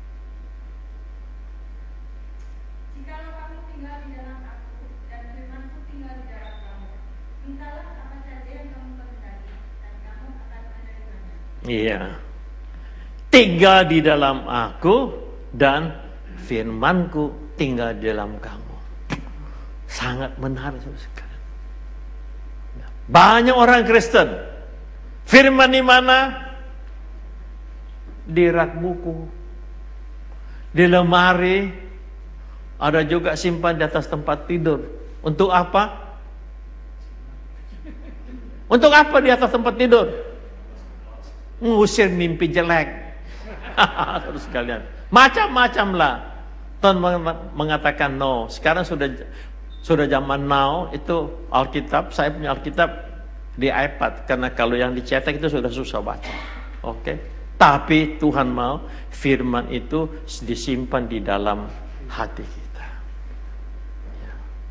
Speaker 4: Jikalau kamu tinggal di dalam aku dan firman-Ku tinggal di dalam kamu, mintalah apa saja yang kamu kehendaki dan kamu akan menerimanya.
Speaker 1: Iya. Tinggal di dalam aku dan firman-Ku tinggal di dalam kamu. Sangat menarik sekali. Banyak orang Kristen, firman di mana? Di rak buku, di lemari, ada juga simpan di atas tempat tidur. Untuk apa? Untuk apa di atas tempat tidur? Ngusir mimpi jelek. Terus sekalian, macam-macam lah. Tuhan mengatakan no. Sekarang sudah sudah zaman now, itu Alkitab, saya punya Alkitab di iPad, karena kalau yang dicetak itu sudah susah baca. Oke. Okay? Tapi Tuhan mau firman itu disimpan di dalam hati kita. Ya.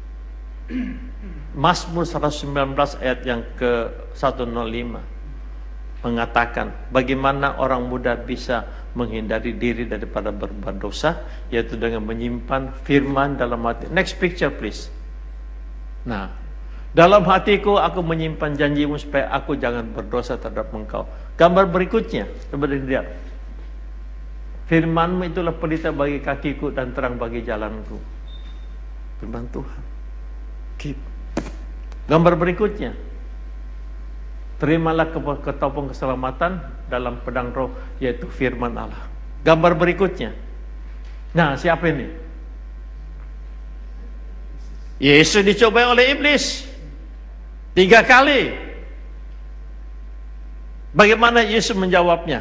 Speaker 1: Mazmur seratus sembilan belas ayat yang ke seratus lima mengatakan bagaimana orang muda bisa menghindari diri daripada berbuat dosa, yaitu dengan menyimpan firman dalam hati. Next picture please. Nah, dalam hatiku aku menyimpan janjimu supaya aku jangan berdosa terhadap engkau. Gambar berikutnya, coba dilihat. Firmanmu itulah pelita bagi kakiku dan terang bagi jalanku. Firman Tuhan. Keep. Gambar berikutnya. Terimalah ketopong keselamatan dalam pedang roh, yaitu firman Allah. Gambar berikutnya. Nah, siapa ini? Yesus dicobai oleh iblis tiga kali. Bagaimana Yesus menjawabnya?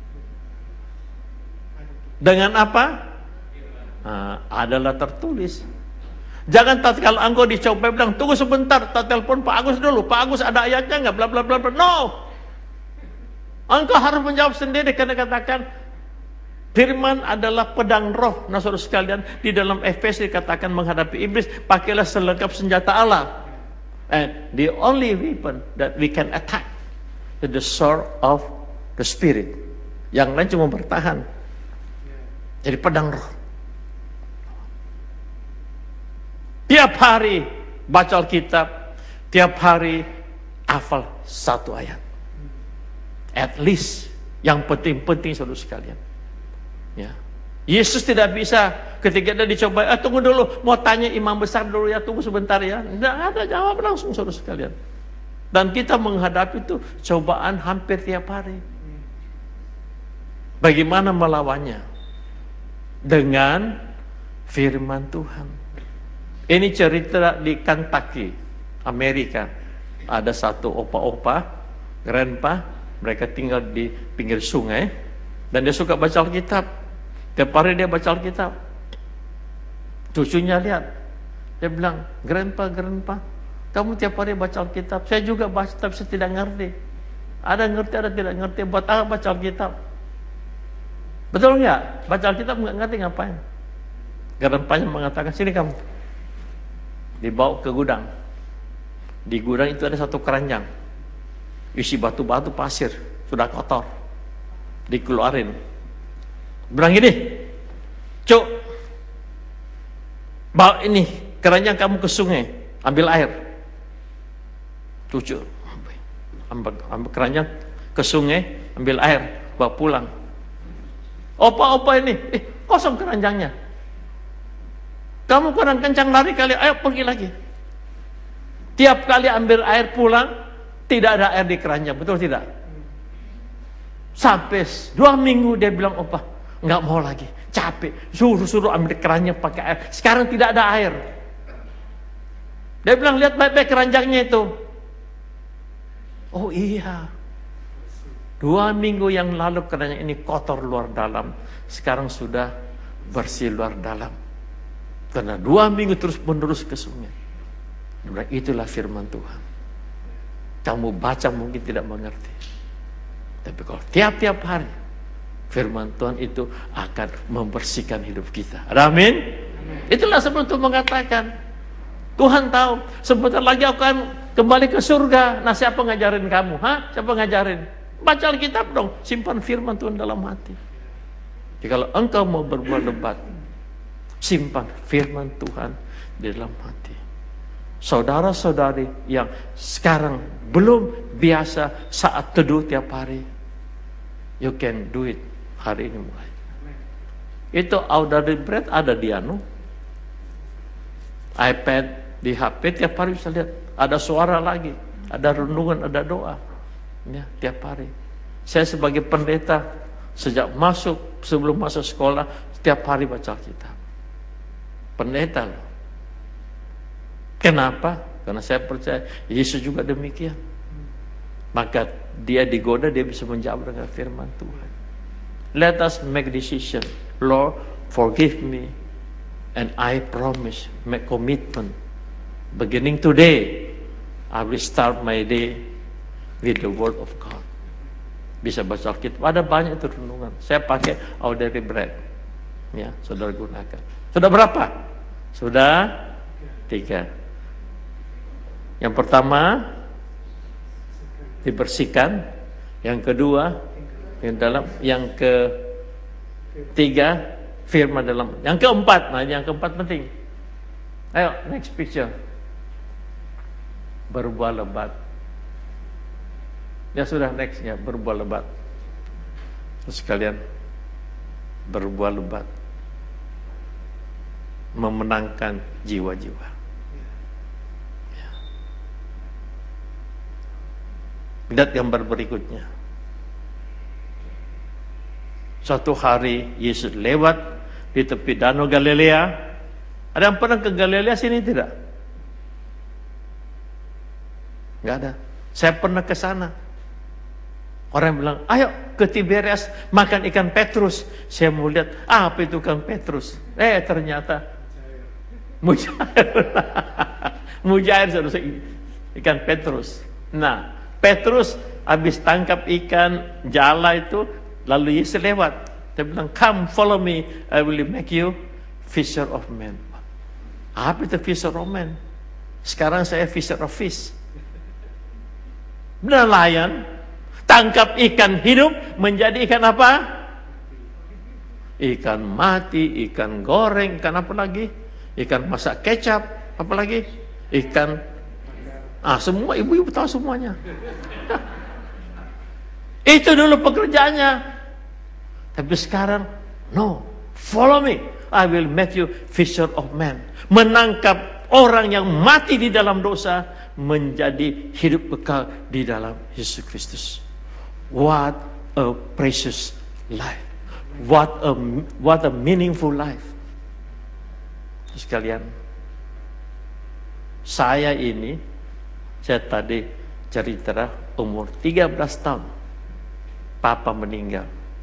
Speaker 1: Dengan apa? Nah, adalah tertulis. Jangan tatkala engkau dicobai bilang, tunggu sebentar, tak telepon Pak Agus dulu. Pak Agus ada ayatnya enggak? Bla bla bla bla. No. Engkau harus menjawab sendiri, karena katakan firman adalah pedang roh. Nah, saudara sekalian, di dalam Efesus dikatakan menghadapi iblis, pakailah selengkap senjata Allah. And the only weapon that we can attack is the sword of the Spirit. Yang lain cuma bertahan. Jadi pedang roh. Tiap hari baca Alkitab, tiap hari hafal satu ayat. At least yang penting-penting saudara sekalian. Ya. Yesus tidak bisa ketika dia dicoba, ah, tunggu dulu, mau tanya imam besar dulu ya, tunggu sebentar ya. Tidak ada, jawab langsung saudara sekalian. Dan kita menghadapi itu cobaan hampir tiap hari. Bagaimana melawannya? Dengan firman Tuhan. Ini cerita di Kentucky, Amerika. Ada satu opa-opa, grandpa, mereka tinggal di pinggir sungai, dan dia suka baca Alkitab. Tiap hari dia baca Alkitab. Cucunya lihat, dia bilang, grandpa, grandpa, kamu tiap hari baca Alkitab. Saya juga baca, tapi saya tidak ngerti. Ada ngerti, ada tidak ngerti. Buat apa baca Alkitab? Betul nggak? Baca Alkitab nggak ngerti ngapain? Grandpanya mengatakan, sini kamu. Dibawa ke gudang. Di gudang itu ada satu keranjang, isi batu-batu pasir, sudah kotor. Dikeluarin. Bilang gini, Cuk, bawa ini keranjang kamu ke sungai, ambil air. Cucu ambil, ambil keranjang ke sungai, ambil air, bawa pulang. Opa-opa ini, eh kosong keranjangnya. Kamu kurang kencang lari kali, ayo pergi lagi. Tiap kali ambil air pulang, tidak ada air di keranjang, betul tidak? Sampai dua minggu dia bilang, opa, nggak mau lagi, capek, suruh-suruh ambil keranjang pakai air. Sekarang tidak ada air. Dia bilang, lihat baik-baik keranjangnya itu. Oh iya, dua minggu yang lalu keranjang ini kotor luar dalam, sekarang sudah bersih luar dalam. Karena dua minggu terus menerus ke sungai. Itulah firman Tuhan. Kamu baca mungkin tidak mengerti, tapi kalau tiap-tiap hari firman Tuhan itu akan membersihkan hidup kita. Amin. Itulah sebelum Tuhan mengatakan, Tuhan tahu sebentar lagi aku akan kembali ke surga. Nah, siapa ngajarin kamu? Hah? Siapa ngajarin? Baca Alkitab dong, simpan firman Tuhan dalam hati. Jadi kalau engkau mau berbuat lebat, simpan firman Tuhan di dalam hati. Saudara-saudari yang sekarang belum biasa saat teduh tiap hari, you can do it hari ini mulai. Itu Audrey Bread ada di anu iPad, di H P, tiap hari bisa lihat. Ada suara lagi, ada renungan, ada doa. Ya, tiap hari. Saya sebagai pendeta, sejak masuk, sebelum masuk sekolah, setiap hari baca Alkitab. Pendeta loh. Kenapa? Karena saya percaya Yesus juga demikian. Maka dia digoda, dia bisa menjawab dengan firman Tuhan. Let us make decision. Lord, forgive me, and I promise, make commitment. Beginning today, I will start my day with the word of God. Bisa baca Alkitab. Ada banyak itu renungan. Saya pakai Audrey Bread. Ya, saudara gunakan. Sudah berapa? Sudah tiga. Yang pertama dibersihkan. Yang kedua yang dalam. Yang ketiga firman dalam. Yang keempat, nah yang keempat penting. Ayo next picture. Berbuah lebat. Ya sudah nextnya berbuah lebat. Terus sekalian berbuah lebat, memenangkan jiwa-jiwa. Ya. Lihat gambar berikutnya. Suatu hari Yesus lewat di tepi danau Galilea. Ada yang pernah ke Galilea sini tidak? Enggak ada. Saya pernah ke sana. Orang bilang, ayo ke Tiberias makan ikan Petrus. Saya mau lihat, ah, apa itu ikan Petrus? Eh, ternyata mujair. Mujair saudara, ikan Petrus. Nah, Petrus habis tangkap ikan jala itu, lalu Yesus lewat. Dia bilang, come follow me, I will make you fisher of men. Apa itu fisher of men? Sekarang saya fisher of fish. Nelayan tangkap ikan hidup menjadi ikan apa? Ikan mati, ikan goreng, ikan apa lagi? Ikan masak kecap, apa lagi? Ikan, ah semua ibu-ibu tahu semuanya. Itu dulu pekerjaannya. Tapi sekarang, no, follow me, I will make you fisher of men. Menangkap orang yang mati di dalam dosa menjadi hidup kekal di dalam Yesus Kristus. What a precious life. What a what a meaningful life. Sekalian, saya ini, saya tadi cerita umur tiga belas tahun, papa meninggal.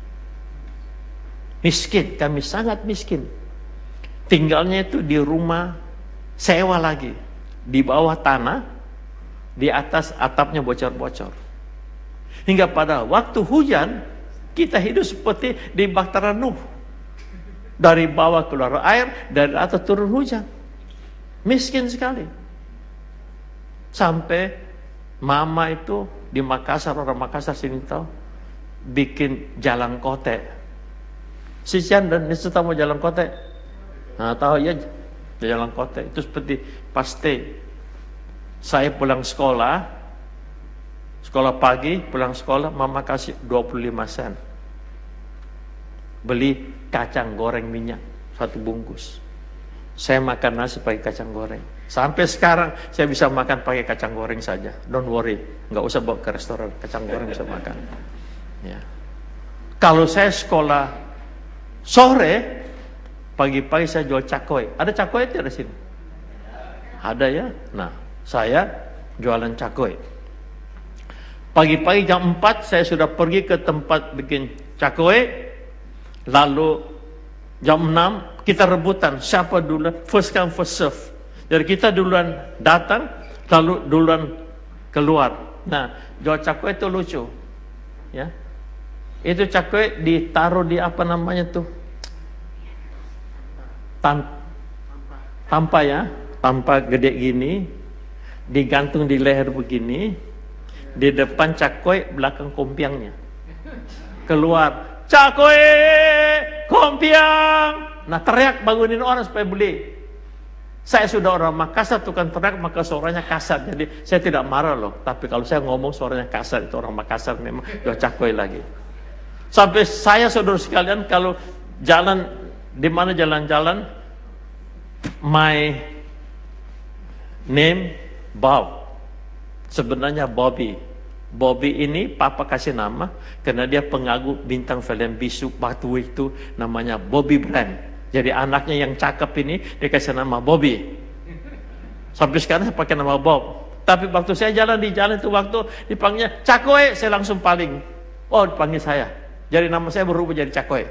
Speaker 1: Miskin, kami sangat miskin. Tinggalnya itu di rumah sewa lagi, di bawah tanah, di atas atapnya bocor-bocor. Hingga pada waktu hujan, kita hidup seperti di bahtera Nuh. Dari bawah keluar air, dari atas turun hujan. Miskin sekali. Sampai mama itu di Makassar, orang Makassar sini tahu, bikin jalan kote. Si Cian dan Nisu tahu mau jalan kote? Nah tahu ya, jalan kote. Itu seperti paste. Saya pulang sekolah, sekolah pagi, pulang sekolah, mama kasih dua puluh lima sen. Beli kacang goreng minyak, satu bungkus. Saya makan nasi pakai kacang goreng. Sampai sekarang saya bisa makan pakai kacang goreng saja. Don't worry, nggak usah bawa ke restoran, kacang goreng bisa makan. Ya. Kalau saya sekolah sore, pagi-pagi saya jual cakoy. Ada cakoy tidak di sini? Ada ya. Nah, saya jualan cakoy. Pagi-pagi jam empat saya sudah pergi ke tempat bikin cakoy. Lalu jam enam kita rebutan siapa duluan, first come first serve. Jadi kita duluan datang, lalu duluan keluar. Nah, jual cakoy itu lucu. Ya. Itu cakoy ditaruh di apa namanya tuh? Tan tampa ya, tampa gede gini. digantung di leher begini, di depan cakoi, belakang kompiangnya. Keluar, cakoi, kompiang. Nah, teriak bangunin orang supaya beli. Saya sudah orang Makassar, tukang teriak maka suaranya kasar. Jadi saya tidak marah loh. Tapi kalau saya ngomong suaranya kasar, itu orang Makassar memang udah cakoi lagi. Sampai saya saudara sekalian kalau jalan di mana jalan-jalan, my name Bob. Sebenarnya Bobby. Bobby ini papa kasih nama karena dia pengagum bintang film bisu batu itu, namanya Bobby Brand. Jadi anaknya yang cakep ini dikasih nama Bobby. Sampai sekarang saya pakai nama Bob. Tapi waktu saya jalan di jalan itu waktu dipanggilnya Cakoe, saya langsung paling. Oh, dipanggil saya. Jadi nama saya berubah jadi Cakoe.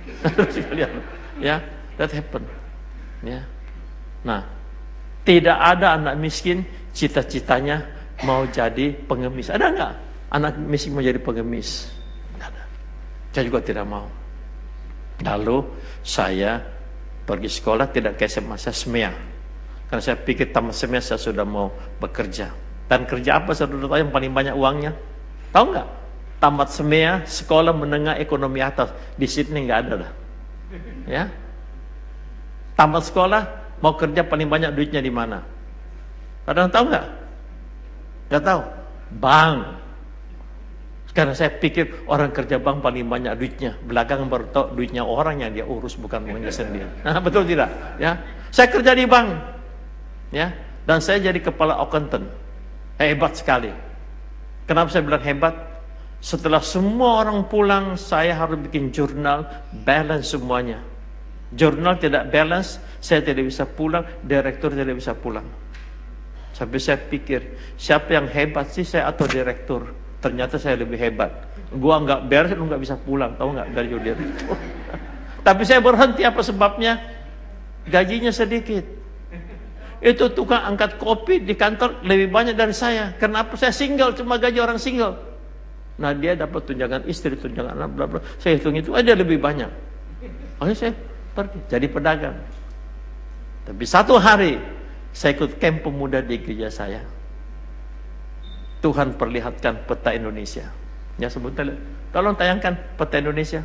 Speaker 1: Ya, that happen. Ya. Nah, tidak ada anak miskin cita-citanya mau jadi pengemis. Ada enggak anak miskin mau jadi pengemis? Tidak ada. Saya juga tidak mau. Lalu saya pergi sekolah tidak ke S M A, saya S M E A. Karena saya pikir tamat S M E A saya sudah mau bekerja. Dan kerja apa saudara tahu yang paling banyak uangnya? Tahu nggak? Tamat S M E A, sekolah menengah ekonomi atas. Di Sydney nggak ada dah. Ya. Tamat sekolah, mau kerja paling banyak duitnya di mana? Kadang tahu nggak? Nggak tahu. Bank. Karena saya pikir orang kerja bank paling banyak duitnya. Belakangan baru tahu duitnya orang yang dia urus, bukan uangnya sendiri. Nah, betul tidak? Ya, saya kerja di bank, ya, dan saya jadi kepala accountant. Hebat sekali. Kenapa saya bilang hebat? Setelah semua orang pulang, saya harus bikin jurnal, balance semuanya. Jurnal tidak balance, saya tidak bisa pulang, direktur tidak bisa pulang. Sampai saya pikir, siapa yang hebat sih, saya atau direktur? Ternyata saya lebih hebat. Gua nggak beres, lu nggak bisa pulang, tahu nggak, dari direktur. Tapi saya berhenti, apa sebabnya? Gajinya sedikit. Itu tukang angkat kopi di kantor lebih banyak dari saya. Kenapa? Saya single, cuma gaji orang single. Nah, dia dapat tunjangan istri, tunjangan anak, bla bla. Saya hitung itu ada lebih banyak. Akhirnya saya pergi jadi pedagang. Tapi satu hari saya ikut camp pemuda di gereja saya. Tuhan perlihatkan peta Indonesia. Ya, sebentar, tolong tayangkan peta Indonesia.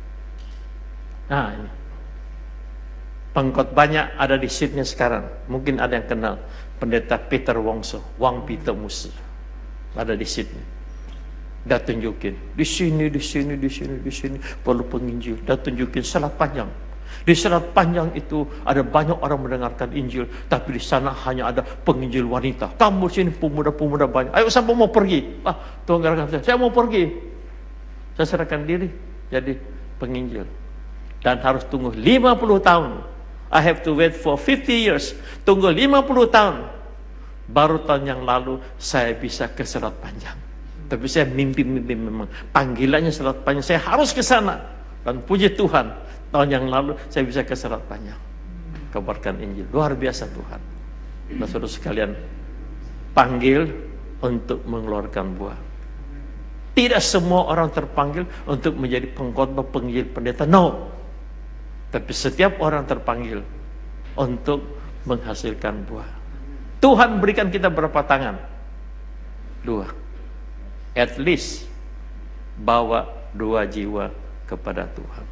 Speaker 1: Nah, ini pengkhotbahnya ada di Sydney sekarang. Mungkin ada yang kenal Pendeta Peter Wongso, Wang Peter Musi. Ada di Sydney. Dia tunjukin di sini, di sini, di sini, di sini perlu penginjil. Dia tunjukin selat panjang. Di selat panjang itu ada banyak orang mendengarkan Injil, tapi di sana hanya ada penginjil wanita. Kamu sini pemuda-pemuda banyak. Ayo, siapa mau pergi? Ah, Tuhan katakan saya, saya mau pergi. Saya serahkan diri jadi penginjil. Dan harus tunggu lima puluh tahun. I have to wait for fifty years. Tunggu lima puluh tahun. Baru tahun yang lalu saya bisa ke selat panjang. Tapi saya mimpi-mimpi memang. Panggilannya selat panjang, saya harus ke sana. Dan puji Tuhan, tahun yang lalu saya bisa ke selat panjang, kabarkan Injil. Luar biasa Tuhan. Nah, saudara sekalian, panggil untuk mengeluarkan buah. Tidak semua orang terpanggil untuk menjadi pengkhotbah, penginjil, pendeta. No. Tapi setiap orang terpanggil untuk menghasilkan buah. Tuhan berikan kita berapa tangan? Dua. At least bawa dua jiwa kepada Tuhan.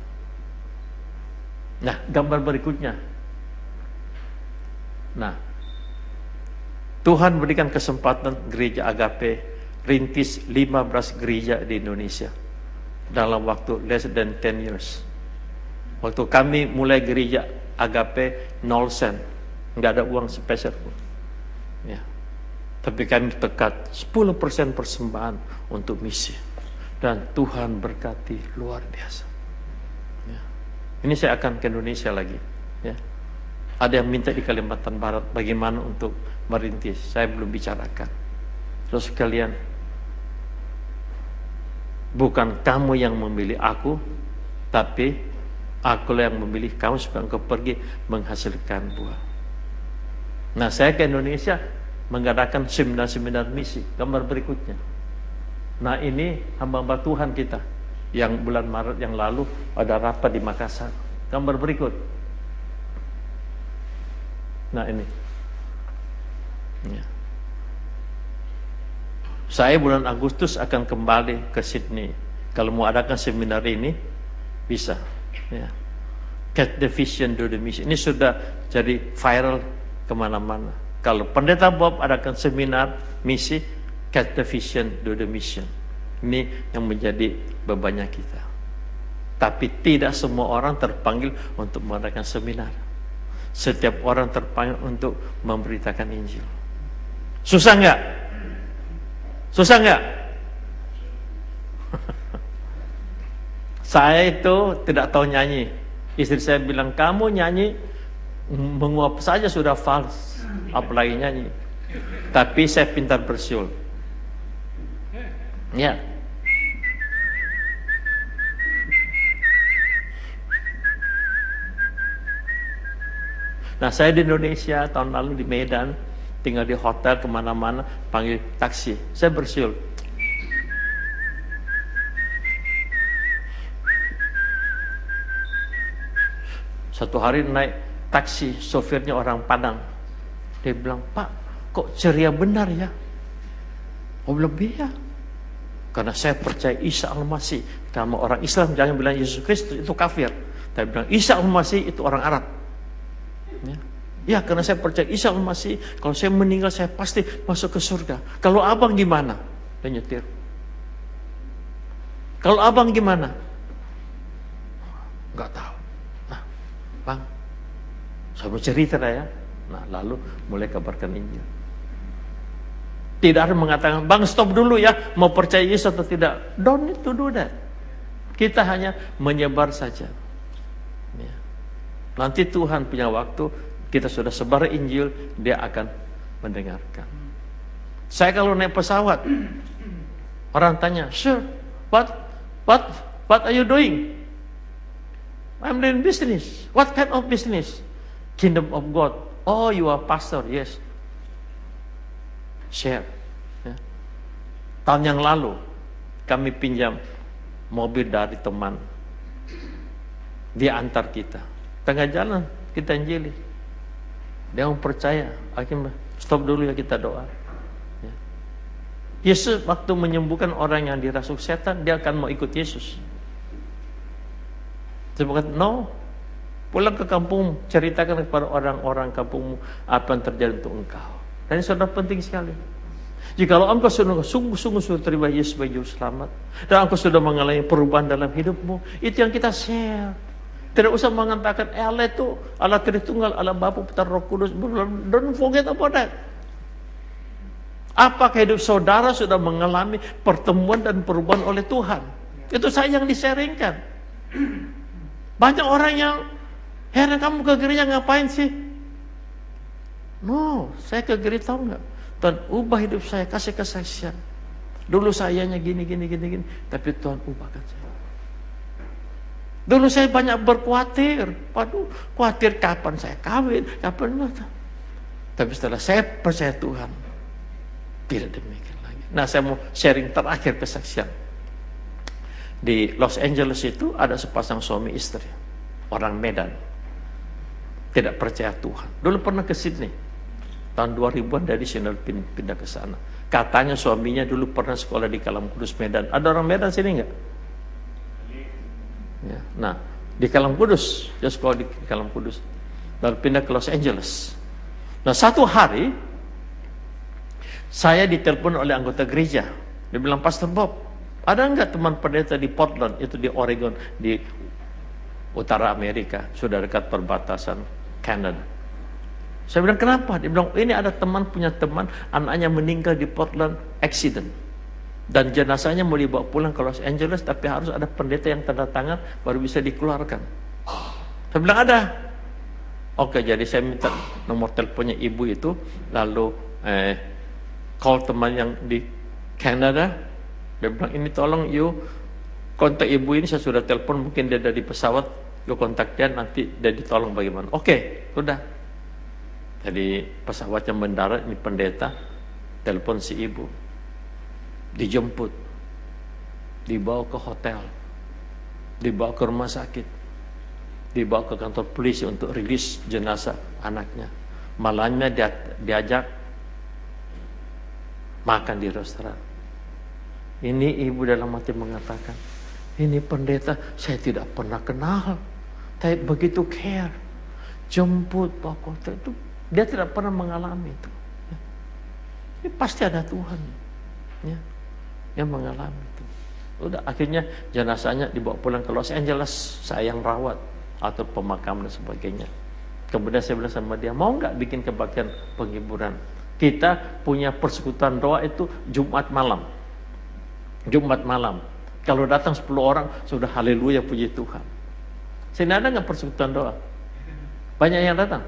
Speaker 1: Nah, gambar berikutnya. Nah, Tuhan berikan kesempatan gereja Agape rintis lima belas gereja di Indonesia dalam waktu less than ten years. Waktu kami mulai gereja Agape nol sen, nggak ada uang sepeser pun. Ya. Tapi kami tekat sepuluh persen persembahan untuk misi. Dan Tuhan berkati luar biasa. Ya. Ini saya akan ke Indonesia lagi. Ya. Ada yang minta di Kalimantan Barat bagaimana untuk merintis. Saya belum bicarakan. Terus sekalian, bukan kamu yang memilih aku, tapi aku yang memilih kamu supaya engkau pergi menghasilkan buah. Nah, saya ke Indonesia mengadakan seminar-seminar misi. Gambar berikutnya. Nah, ini hamba-hamba Tuhan kita yang bulan Maret yang lalu ada rapat di Makassar. Gambar berikut. Nah, ini. Ya. Saya bulan Agustus akan kembali ke Sydney. Kalau mau adakan seminar ini, bisa. Ya. Catch the vision, do the mission. Ini sudah jadi viral kemana-mana. Kalau Pendeta Bob adakan seminar misi, catch the vision, do the mission. Ini yang menjadi bebannya kita. Tapi tidak semua orang terpanggil untuk mengadakan seminar. Setiap orang terpanggil untuk memberitakan Injil. Susah nggak? Susah nggak? Saya itu tidak tahu nyanyi. Istri saya bilang, kamu nyanyi menguap saja sudah fals, apalagi nyanyi. Tapi saya pintar bersiul. Ya. Nah, saya di Indonesia tahun lalu di Medan, tinggal di hotel kemana-mana, panggil taksi, saya bersiul. Satu hari naik taksi, sopirnya orang Padang. Dia bilang, Pak, kok ceria benar ya? Oh, bilang, iya. Karena saya percaya Isa Al-Masih. Kalau orang Islam jangan bilang Yesus Kristus itu kafir. Tapi bilang Isa Al-Masih itu orang Arab. Ya. Ya, karena saya percaya Isa Al-Masih, kalau saya meninggal saya pasti masuk ke surga. Kalau abang gimana? Dia nyetir. Kalau abang gimana? Enggak tahu. Nah, bang, saya mau cerita ya. Nah, lalu mulai kabarkan Injil. Tidak ada mengatakan, bang stop dulu ya, mau percaya Yesus atau tidak. Don't need to do that. Kita hanya menyebar saja. Ya. Nanti Tuhan punya waktu, kita sudah sebar Injil, dia akan mendengarkan. Saya kalau naik pesawat, orang tanya, sir, what, what, what are you doing? I'm doing business. What kind of business? Kingdom of God. Oh, you are pastor, yes. Share. Ya. Tahun yang lalu kami pinjam mobil dari teman, dia antar kita. Tengah jalan kita injili. Dia mau percaya. Akhirnya stop dulu ya, kita doa. Ya. Yesus waktu menyembuhkan orang yang dirasuk setan, dia akan mau ikut Yesus. Dia berkata, no, pulang ke kampung, ceritakan kepada orang-orang kampungmu apa yang terjadi untuk engkau. Dan ini sudah penting sekali. Jikalau engkau sudah sungguh-sungguh sudah terima Yesus sebagai juru selamat, dan engkau sudah mengalami perubahan dalam hidupmu, itu yang kita share. Tidak usah mengatakan eh, Allah itu Allah Tritunggal, Allah Bapa, Putra, Roh Kudus. Don't forget about that. Apakah hidup saudara sudah mengalami pertemuan dan perubahan oleh Tuhan? Itu saya yang disaringkan. Banyak orang yang heran, kamu ke gereja ngapain sih? No, saya ke gereja tahu nggak? Tuhan ubah hidup saya, kasih kesaksian. Dulu sayanya gini, gini, gini, gini, tapi Tuhan ubahkan saya. Dulu saya banyak berkhawatir, waduh, khawatir kapan saya kawin, kapan mata. Tapi setelah saya percaya Tuhan, tidak demikian lagi. Nah, saya mau sharing terakhir kesaksian. Di Los Angeles itu ada sepasang suami istri, orang Medan, tidak percaya Tuhan. Dulu pernah ke Sydney. Tahun dua ribuan dari sini pindah ke sana. Katanya suaminya dulu pernah sekolah di Kalam Kudus, Medan. Ada orang Medan sini enggak? Ya. Nah, di Kalam Kudus, dia sekolah di Kalam Kudus. Lalu pindah ke Los Angeles. Nah, satu hari saya ditelepon oleh anggota gereja. Dia bilang, Pastor Bob, ada enggak teman pendeta di Portland, itu di Oregon, di utara Amerika, sudah dekat perbatasan Canada. Saya bilang, kenapa? Dia bilang, ini ada teman punya teman, anaknya meninggal di Portland, accident. Dan jenazahnya mau dibawa pulang ke Los Angeles, tapi harus ada pendeta yang tanda tangan, baru bisa dikeluarkan. Saya bilang, ada. Oke, jadi saya minta nomor teleponnya ibu itu, lalu eh, call teman yang di Canada. Dia bilang, ini tolong you kontak ibu ini, saya sudah telepon, mungkin dia ada di pesawat, you kontak dia, nanti dia ditolong bagaimana. Oke, sudah. Jadi pesawatnya mendarat, ini pendeta telepon si ibu, dijemput, dibawa ke hotel, dibawa ke rumah sakit, dibawa ke kantor polisi untuk rilis jenazah anaknya. Malamnya dia, diajak makan di restoran. Ini ibu dalam hati mengatakan, ini pendeta saya tidak pernah kenal, tapi begitu care, jemput pokok itu, dia tidak pernah mengalami itu. Ya. Ini pasti ada Tuhan, ya, yang mengalami itu. Udah akhirnya jenazahnya dibawa pulang ke Los Angeles, saya yang rawat, atau pemakaman dan sebagainya. Kemudian saya bilang sama dia, mau nggak bikin kebaktian penghiburan? Kita punya persekutuan doa itu Jumat malam. Jumat malam. Kalau datang sepuluh orang, sudah haleluya puji Tuhan. Sini ada nggak persekutuan doa? Banyak yang datang.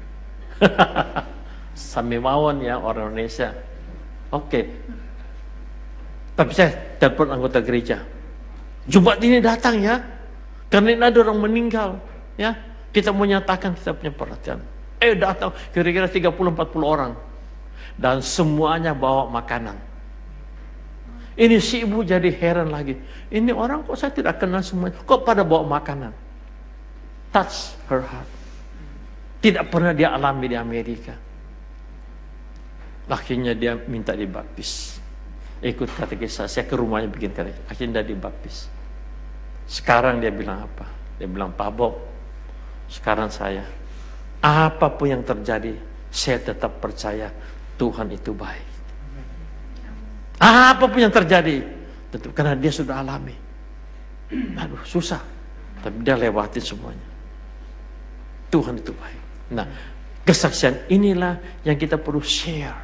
Speaker 1: Samimawon ya orang Indonesia. Oke. Tapi saya telepon anggota gereja. Jumat ini datang ya. Karena ini ada orang meninggal. Ya. Kita menyatakan kita punya perhatian. Eh datang kira-kira tiga puluh sampai empat puluh orang. Dan semuanya bawa makanan. Ini si ibu jadi heran lagi. Ini orang kok saya tidak kenal semuanya. Kok pada bawa makanan? Touch her heart. Tidak pernah dia alami di Amerika. Akhirnya dia minta dibaptis. Ikut katekisa, saya ke rumahnya bikin katekisa. Akhirnya dia dibaptis. Sekarang dia bilang apa? Dia bilang, Pak Bob, sekarang saya, apapun yang terjadi, saya tetap percaya Tuhan itu baik. Apapun yang terjadi, tetap, karena dia sudah alami. Aduh, susah. Tapi dia lewati semuanya. Tuhan itu baik. Nah, kesaksian inilah yang kita perlu share.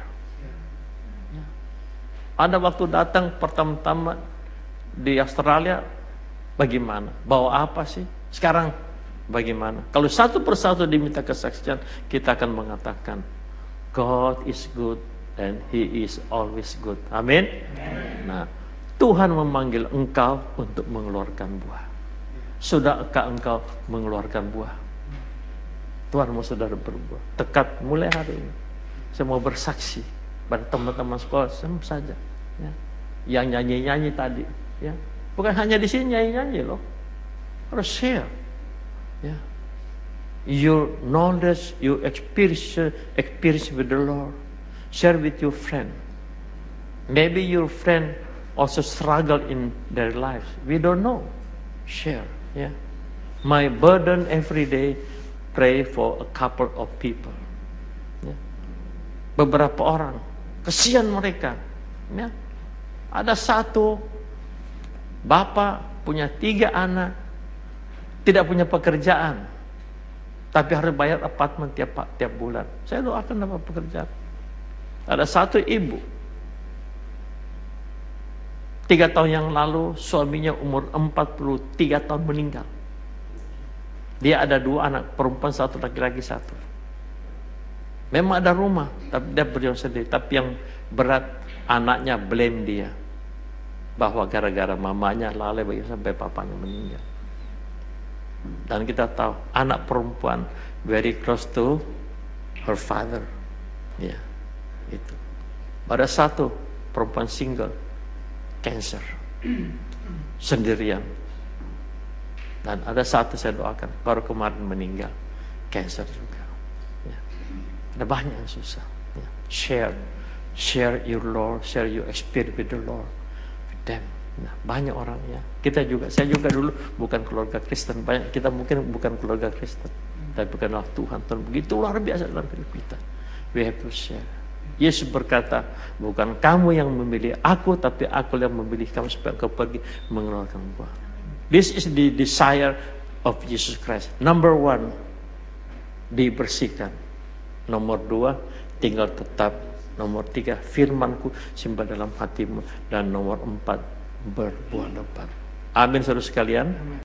Speaker 1: Ada waktu datang pertama-tama di Australia, bagaimana? Bawa apa sih? Sekarang bagaimana? Kalau satu persatu diminta kesaksian, kita akan mengatakan, God is good and He is always good. Amin. Nah, Tuhan memanggil engkau untuk mengeluarkan buah. Sudahkah engkau mengeluarkan buah? Tuhan mau saudara berbuah. Dekat mulai hari ini, saya mau bersaksi pada teman-teman sekolah sama saja, ya. Yang nyanyi-nyanyi tadi, ya. Bukan hanya di sini nyanyi-nyanyi loh, harus share, ya. Your knowledge, your experience, experience with the Lord, share with your friend. Maybe your friend also struggle in their lives. We don't know. Share, ya. My burden every day, pray for a couple of people. Ya. Beberapa orang. Kesian mereka, ya. Ada satu bapak punya tiga anak, tidak punya pekerjaan, tapi harus bayar apartemen tiap tiap bulan. Saya doakan dapat pekerjaan. Ada satu ibu, tiga tahun yang lalu suaminya umur empat puluh tiga tahun meninggal. Dia ada dua anak perempuan, satu laki-laki satu. Memang ada rumah, tapi dia berjuang sendiri. Tapi yang berat, anaknya blame dia, bahwa gara-gara mamanya lalai bagi sampai papanya meninggal. Dan kita tahu anak perempuan very close to her father, ya, itu. Ada satu perempuan single, cancer, sendirian. Dan ada satu saya doakan, baru kemarin meninggal, cancer juga. Ada banyak yang susah. Ya. Share, share your Lord, share your experience with the Lord, with them. Nah, banyak orangnya. Kita juga, saya juga dulu bukan keluarga Kristen. Banyak kita mungkin bukan keluarga Kristen, tapi bukanlah Tuhan. Tuhan begitu luar biasa dalam hidup kita. We have to share. Yesus berkata, bukan kamu yang memilih aku, tapi aku yang memilih kamu supaya kau pergi mengeluarkan buah. This is the desire of Jesus Christ. Number one, dibersihkan. Nomor dua, tinggal tetap. Nomor tiga, firmanku simpan dalam hatimu. Dan nomor empat, berbuah lebat. Amin saudara sekalian.